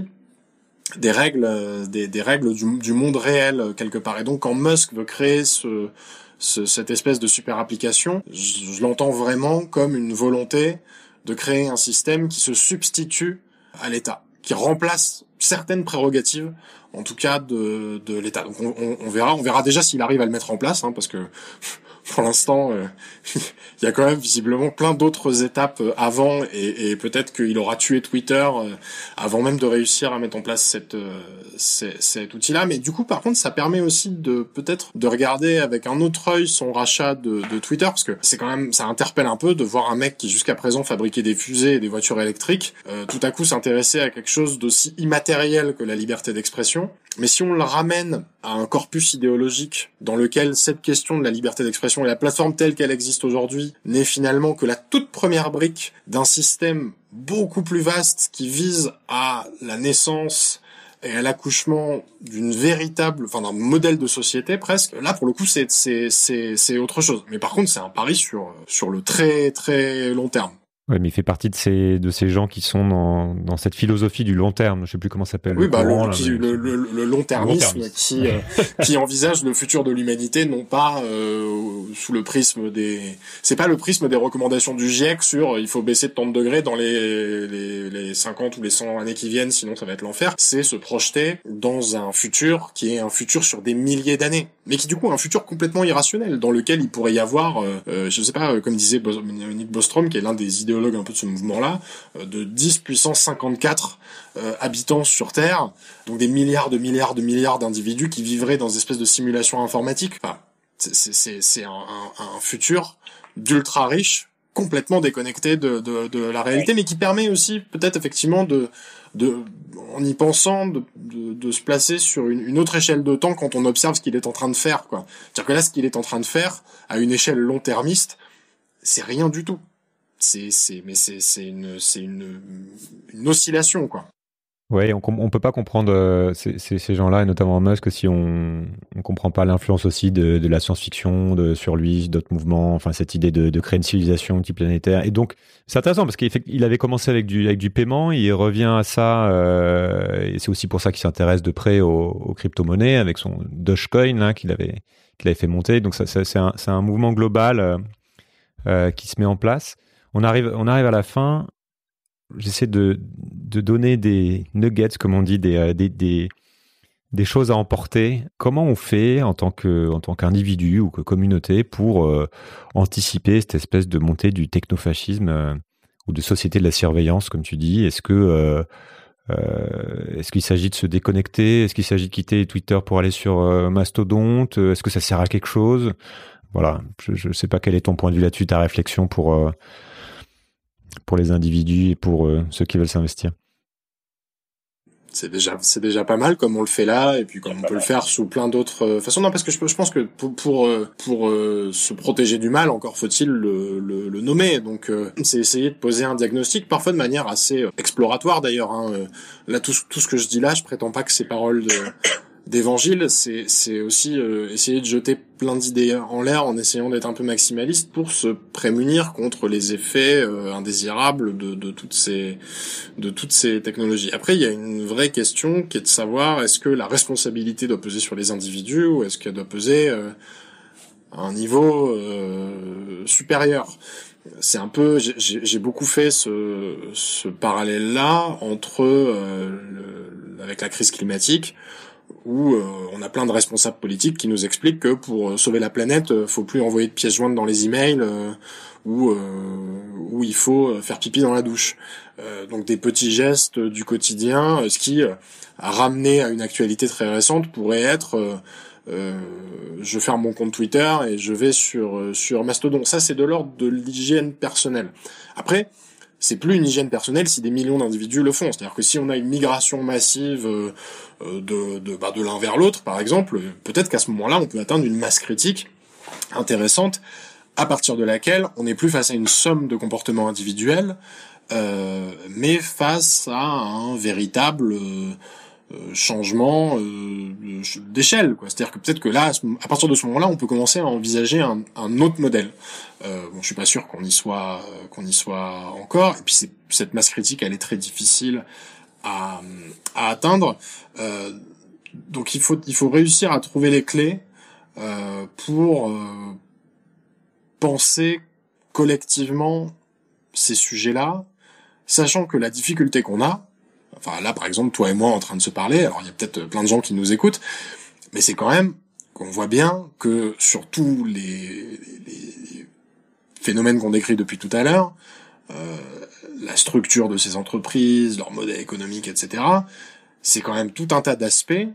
des règles euh, des, des règles du, du monde réel euh, quelque part. Et donc quand Musk veut créer ce, ce cette espèce de super application, je, je l'entends vraiment comme une volonté de créer un système qui se substitue à l'État, qui remplace certaines prérogatives, en tout cas de de l'État. Donc on, on, on verra, on verra déjà s'il arrive à le mettre en place, hein, parce que pour l'instant, euh, il y a quand même visiblement plein d'autres étapes avant, et, et peut-être qu'il aura tué Twitter euh, avant même de réussir à mettre en place cette, euh, cet, cet outil-là. Mais du coup, par contre, ça permet aussi de peut-être de regarder avec un autre œil son rachat de, de Twitter, parce que c'est quand même, ça interpelle un peu de voir un mec qui jusqu'à présent fabriquait des fusées et des voitures électriques, euh, tout à coup s'intéresser à quelque chose d'aussi immatériel que la liberté d'expression. Mais si on le ramène à un corpus idéologique dans lequel cette question de la liberté d'expression et la plateforme telle qu'elle existe aujourd'hui n'est finalement que la toute première brique d'un système beaucoup plus vaste qui vise à la naissance et à l'accouchement d'une véritable, enfin d'un modèle de société presque, là pour le coup c'est c'est c'est c'est autre chose. Mais par contre c'est un pari sur sur le très très long terme. Ouais, mais il fait partie de ces de ces gens qui sont dans dans cette philosophie du long terme. Je sais plus comment ça s'appelle. Oui, le bah courant, le, là, qui, mais... le, le, le long-termisme, long-termisme. qui euh, qui envisage le futur de l'humanité non pas euh, sous le prisme des, c'est pas le prisme des recommandations du GIEC sur euh, il faut baisser de tant de degrés dans les les les cinquante ou les cent années qui viennent, sinon ça va être l'enfer. C'est se projeter dans un futur qui est un futur sur des milliers d'années, mais qui du coup est un futur complètement irrationnel dans lequel il pourrait y avoir, euh, euh, je sais pas, euh, comme disait Bo- Nick Bostrom, qui est l'un des idéologues un peu de ce mouvement là, de dix puissance cinquante-quatre euh, habitants sur Terre, donc des milliards de milliards de milliards d'individus qui vivraient dans des espèces de simulations informatiques. Enfin, c'est, c'est, c'est un, un, un futur d'ultra riche, complètement déconnecté de, de, de la réalité, mais qui permet aussi peut-être effectivement de, de en y pensant, de, de, de se placer sur une, une autre échelle de temps quand on observe ce qu'il est en train de faire, quoi. C'est-à-dire que là, ce qu'il est en train de faire, à une échelle long-termiste, c'est rien du tout. C'est, c'est, mais c'est, c'est une, c'est une, une oscillation, quoi. Ouais, on, on peut pas comprendre euh, ces, ces, ces gens-là, et notamment Musk, si on, on comprend pas l'influence aussi de, de la science-fiction, de, sur lui, d'autres mouvements, enfin, cette idée de, de créer une civilisation multiplanétaire. Et donc, c'est intéressant parce qu'il fait, il avait commencé avec du, avec du paiement, il revient à ça, euh, et c'est aussi pour ça qu'il s'intéresse de près aux, aux crypto-monnaies avec son Dogecoin, là, qu'il avait, qu'il avait fait monter. Donc, ça, ça, c'est un, c'est un mouvement global, euh, euh, qui se met en place. On arrive, on arrive à la fin. J'essaie de, de donner des nuggets, comme on dit, des, des, des, des choses à emporter. Comment on fait en tant que, en tant qu'individu ou que communauté pour euh, anticiper cette espèce de montée du technofascisme euh, ou de société de la surveillance, comme tu dis? Est-ce que euh, euh, est-ce qu'il s'agit de se déconnecter? Est-ce qu'il s'agit de quitter Twitter pour aller sur euh, Mastodonte? Est-ce que ça sert à quelque chose? Voilà, je ne sais pas quel est ton point de vue là-dessus, ta réflexion pour euh, pour les individus et pour euh, ceux qui veulent s'investir. c'est déjà c'est déjà pas mal comme on le fait là, et puis comme on peut le faire sous plein d'autres façons. Non, parce que je, je pense que pour pour, pour euh, se protéger du mal, encore faut-il le, le, le nommer. Donc euh, c'est essayer de poser un diagnostic, parfois de manière assez exploratoire d'ailleurs. Hein. Là, tout tout ce que je dis là, je prétends pas que c'est paroles de d'évangile, c'est c'est aussi euh, essayer de jeter plein d'idées en l'air en essayant d'être un peu maximaliste pour se prémunir contre les effets euh, indésirables de de toutes ces de toutes ces technologies. Après, il y a une vraie question qui est de savoir, est-ce que la responsabilité doit peser sur les individus ou est-ce qu'elle doit peser euh, à un niveau euh, supérieur. C'est un peu, j'ai, j'ai beaucoup fait ce ce parallèle là entre euh, le, avec la crise climatique, où euh, on a plein de responsables politiques qui nous expliquent que pour euh, sauver la planète, euh, faut plus envoyer de pièces jointes dans les emails, euh, ou euh, où il faut euh, faire pipi dans la douche. Euh, donc des petits gestes du quotidien, euh, ce qui, euh, à ramener à une actualité très récente, pourrait être euh, euh, je ferme mon compte Twitter et je vais sur euh, sur Mastodon. Ça, c'est de l'ordre de l'hygiène personnelle. Après, c'est plus une hygiène personnelle si des millions d'individus le font. C'est-à-dire que si on a une migration massive euh, de de, bah, de l'un vers l'autre, par exemple, peut-être qu'à ce moment-là, on peut atteindre une masse critique intéressante, à partir de laquelle on n'est plus face à une somme de comportements individuels, euh, mais face à un véritable euh, euh, changement euh, d'échelle, quoi. C'est-à-dire que peut-être que là, à partir de ce moment-là, on peut commencer à envisager un, un autre modèle. Euh, bon, je suis pas sûr qu'on y soit, euh, qu'on y soit encore. Et puis c'est, cette masse critique, elle est très difficile à, à atteindre. Euh, donc il faut, il faut réussir à trouver les clés euh, pour euh, penser collectivement ces sujets-là, sachant que la difficulté qu'on a, enfin là par exemple toi et moi en train de se parler, alors il y a peut-être plein de gens qui nous écoutent, mais c'est quand même qu'on voit bien que sur tous les, les phénomènes qu'on décrit depuis tout à l'heure, euh, la structure de ces entreprises, leur modèle économique, et cetera, c'est quand même tout un tas d'aspects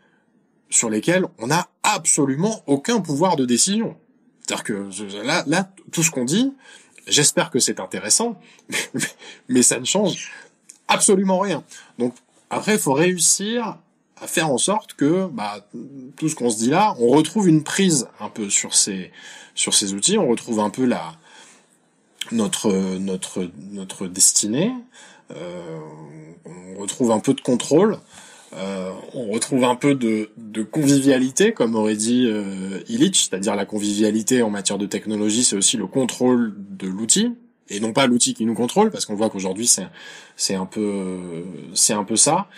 sur lesquels on n'a absolument aucun pouvoir de décision. C'est-à-dire que là, là, tout ce qu'on dit, j'espère que c'est intéressant, mais ça ne change absolument rien. Donc après, il faut réussir à faire en sorte que bah, tout ce qu'on se dit là, on retrouve une prise un peu sur ces sur ces outils, on retrouve un peu la notre notre notre destinée, euh, on retrouve un peu de contrôle. Euh, on retrouve un peu de, de convivialité, comme aurait dit euh, Illich, c'est-à-dire la convivialité en matière de technologie, c'est aussi le contrôle de l'outil, et non pas l'outil qui nous contrôle, parce qu'on voit qu'aujourd'hui c'est c'est un peu c'est un peu ça.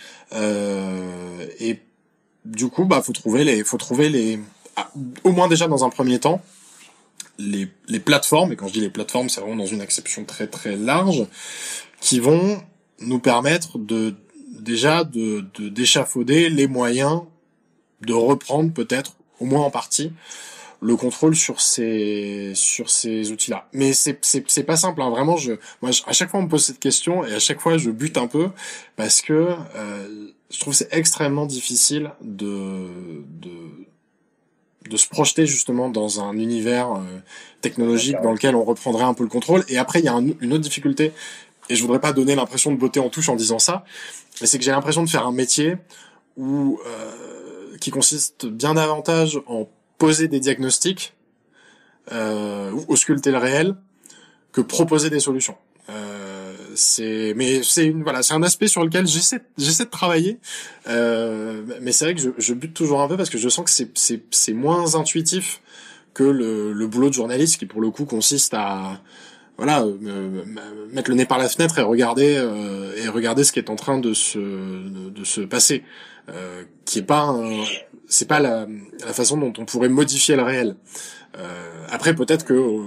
Euh, et du coup, bah faut trouver les faut trouver les ah, au moins déjà dans un premier temps les les plateformes, et quand je dis les plateformes, c'est vraiment dans une acception très très large, qui vont nous permettre de déjà de, de d'échafauder les moyens de reprendre peut-être au moins en partie le contrôle sur ces sur ces outils-là. Mais c'est c'est c'est pas simple, hein. Vraiment, je moi je, à chaque fois on me pose cette question et à chaque fois je bute un peu parce que euh, je trouve que c'est extrêmement difficile de de de se projeter justement dans un univers euh, technologique dans lequel on reprendrait un peu le contrôle. Et après il y a un, une autre difficulté, et je voudrais pas donner l'impression de botter en touche en disant ça, mais c'est que j'ai l'impression de faire un métier où euh, qui consiste bien davantage en poser des diagnostics euh, ou ausculter le réel que proposer des solutions. Euh, c'est mais c'est une voilà c'est un aspect sur lequel j'essaie j'essaie de travailler, euh, mais c'est vrai que je, je bute toujours un peu parce que je sens que c'est c'est c'est moins intuitif que le, le boulot de journaliste qui pour le coup consiste à voilà, euh, mettre le nez par la fenêtre et regarder euh, et regarder ce qui est en train de se de, de se passer, euh, qui est pas un, c'est pas la, la façon dont on pourrait modifier le réel. Euh, après peut-être que euh,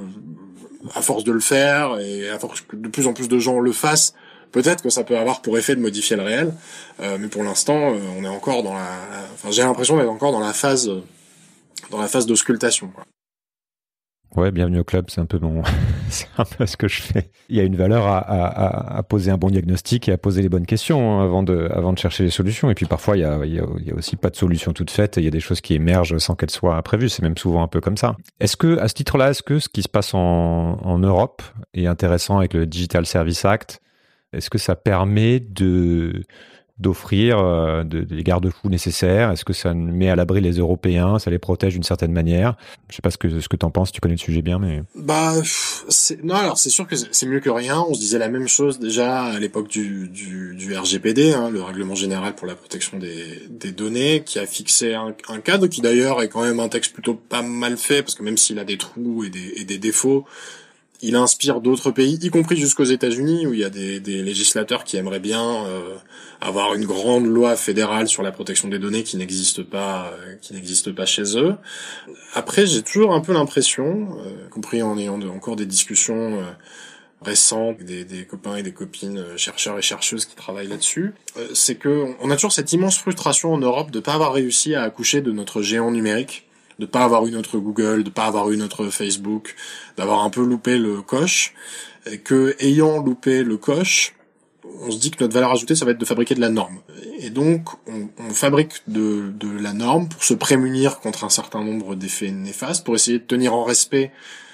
à force de le faire et à force que de plus en plus de gens le fassent, peut-être que ça peut avoir pour effet de modifier le réel. Euh, mais pour l'instant, euh, on est encore dans la, enfin j'ai l'impression d'être encore dans la phase dans la phase d'auscultation, quoi. Ouais, bienvenue au club, c'est un peu mon, c'est un peu ce que je fais. Il y a une valeur à, à, à poser un bon diagnostic et à poser les bonnes questions avant de, avant de chercher les solutions. Et puis parfois, il y a, il y a, il y a aussi pas de solution toute faite. Il y a des choses qui émergent sans qu'elles soient prévues. C'est même souvent un peu comme ça. Est-ce que, à ce titre-là, est-ce que ce qui se passe en, en Europe est intéressant avec le Digital Service Act? Est-ce que ça permet de, d'offrir euh, de, des garde-fous nécessaires? Est-ce que ça met à l'abri les Européens? Ça les protège d'une certaine manière? Je sais pas ce que ce que t'en penses. Tu connais le sujet bien, mais bah c'est... non alors c'est sûr que c'est mieux que rien. On se disait la même chose déjà à l'époque du du, du R G P D, hein, le règlement général pour la protection des des données, qui a fixé un, un cadre qui d'ailleurs est quand même un texte plutôt pas mal fait, parce que même s'il a des trous et des, et des défauts, il inspire d'autres pays, y compris jusqu'aux États-Unis, où il y a des, des législateurs qui aimeraient bien euh, avoir une grande loi fédérale sur la protection des données qui n'existe pas, euh, qui n'existe pas chez eux. Après, j'ai toujours un peu l'impression, euh, y compris en ayant de, encore des discussions euh, récentes, des, des copains et des copines euh, chercheurs et chercheuses qui travaillent là-dessus, euh, c'est que on a toujours cette immense frustration en Europe de pas avoir réussi à accoucher de notre géant numérique, de pas avoir eu notre Google, de pas avoir eu notre Facebook, d'avoir un peu loupé le coche, et que, ayant loupé le coche, on se dit que notre valeur ajoutée, ça va être de fabriquer de la norme. Et donc, on, on fabrique de, de la norme pour se prémunir contre un certain nombre d'effets néfastes, pour essayer de tenir en respect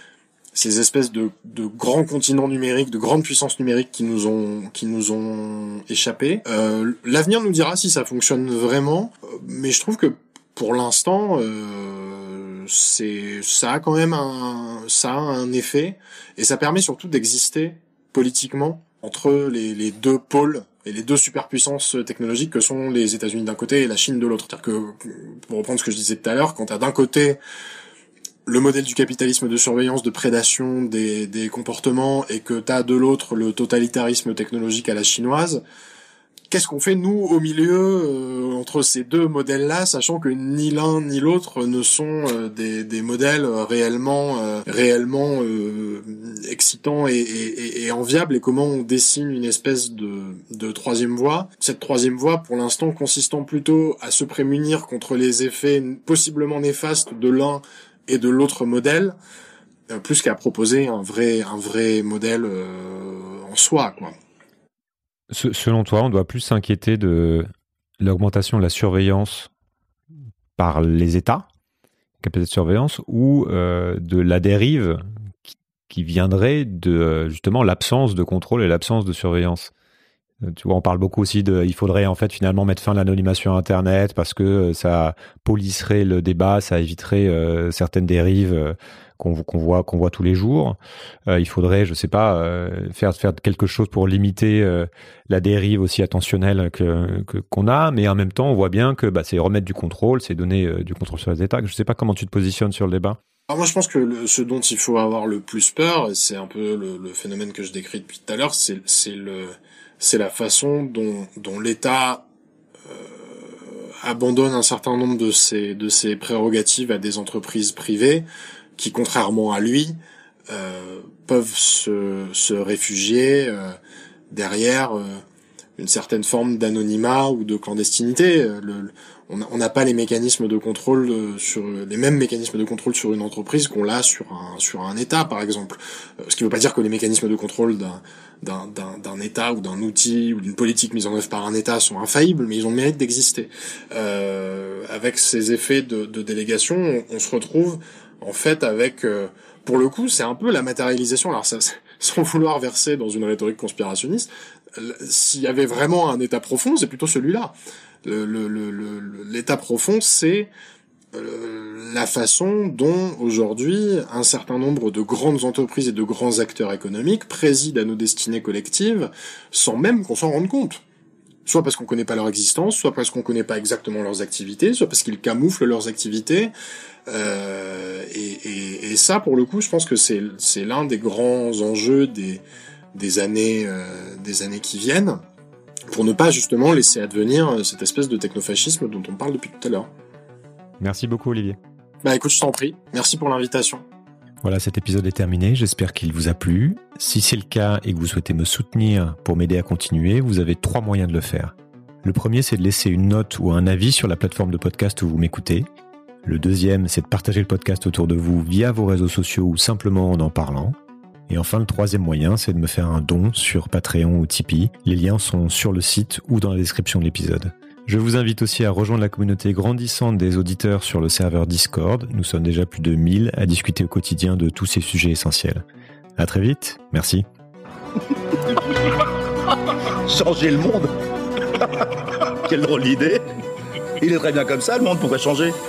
ces espèces de, de grands continents numériques, de grandes puissances numériques qui nous ont, qui nous ont échappé. Euh, l'avenir nous dira si ça fonctionne vraiment, mais je trouve que pour l'instant, euh, c'est ça a quand même un ça a un effet, et ça permet surtout d'exister politiquement entre les, les deux pôles et les deux superpuissances technologiques que sont les États-Unis d'un côté et la Chine de l'autre. C'est-à-dire que, pour reprendre ce que je disais tout à l'heure, quand t'as d'un côté le modèle du capitalisme de surveillance, de prédation des, des comportements, et que t'as de l'autre le totalitarisme technologique à la chinoise, qu'est-ce qu'on fait, nous, au milieu, euh, entre ces deux modèles-là, sachant que ni l'un ni l'autre ne sont euh, des, des modèles réellement, euh, réellement euh, excitants et, et, et enviables, et comment on dessine une espèce de, de troisième voie. Cette troisième voie, pour l'instant, consistant plutôt à se prémunir contre les effets possiblement néfastes de l'un et de l'autre modèle, euh, plus qu'à proposer un vrai, un vrai modèle euh, en soi, quoi. Selon toi, on doit plus s'inquiéter de l'augmentation de la surveillance par les États, capacité de surveillance, ou euh, de la dérive qui, qui viendrait de justement l'absence de contrôle et l'absence de surveillance? Tu vois, on parle beaucoup aussi de, il faudrait en fait finalement mettre fin à l'anonymat sur Internet parce que ça polisserait le débat, ça éviterait euh, certaines dérives euh, qu'on, qu'on voit qu'on voit tous les jours. Euh, il faudrait, je sais pas, euh, faire faire quelque chose pour limiter euh, la dérive aussi attentionnelle que, que qu'on a, mais en même temps, on voit bien que bah, c'est remettre du contrôle, c'est donner euh, du contrôle sur les États. Je sais pas comment tu te positionnes sur le débat. Alors moi, je pense que le, ce dont il faut avoir le plus peur, et c'est un peu le, le phénomène que je décris depuis tout à l'heure, c'est c'est le c'est la façon dont, dont l'État euh, abandonne un certain nombre de ses, de ses prérogatives à des entreprises privées qui, contrairement à lui, euh, peuvent se, se réfugier euh, derrière euh, une certaine forme d'anonymat ou de clandestinité. Le, on n'a pas les mécanismes de contrôle sur les mêmes mécanismes de contrôle sur une entreprise qu'on l'a sur un sur un État, par exemple. Ce qui ne veut pas dire que les mécanismes de contrôle d'un d'un d'un, d'un État ou d'un outil ou d'une politique mise en œuvre par un État sont infaillibles, mais ils ont le mérite d'exister. Euh, avec ces effets de, de délégation, on, on se retrouve en fait avec, euh, pour le coup, c'est un peu la matérialisation. Alors ça, sans vouloir verser dans une rhétorique conspirationniste, s'il y avait vraiment un État profond, c'est plutôt celui-là. Le, le, le, le, l'état profond, c'est euh, la façon dont aujourd'hui un certain nombre de grandes entreprises et de grands acteurs économiques président à nos destinées collectives sans même qu'on s'en rende compte. Soit parce qu'on connaît pas leur existence, soit parce qu'on connaît pas exactement leurs activités, soit parce qu'ils camouflent leurs activités. Euh, et, et, et ça, pour le coup, je pense que c'est, c'est l'un des grands enjeux des, des années, euh, des années qui viennent, pour ne pas justement laisser advenir cette espèce de technofascisme dont on parle depuis tout à l'heure. Merci beaucoup, Olivier. Bah écoute, je t'en prie. Merci pour l'invitation. Voilà, cet épisode est terminé. J'espère qu'il vous a plu. Si c'est le cas et que vous souhaitez me soutenir pour m'aider à continuer, vous avez trois moyens de le faire. Le premier, c'est de laisser une note ou un avis sur la plateforme de podcast où vous m'écoutez. Le deuxième, c'est de partager le podcast autour de vous via vos réseaux sociaux ou simplement en en parlant. Et enfin, le troisième moyen, c'est de me faire un don sur Patreon ou Tipeee. Les liens sont sur le site ou dans la description de l'épisode. Je vous invite aussi à rejoindre la communauté grandissante des auditeurs sur le serveur Discord. Nous sommes déjà plus de mille à discuter au quotidien de tous ces sujets essentiels. À très vite. Merci. Changer le monde. Quelle drôle d'idée. Il est très bien comme ça, le monde, pourquoi changer ?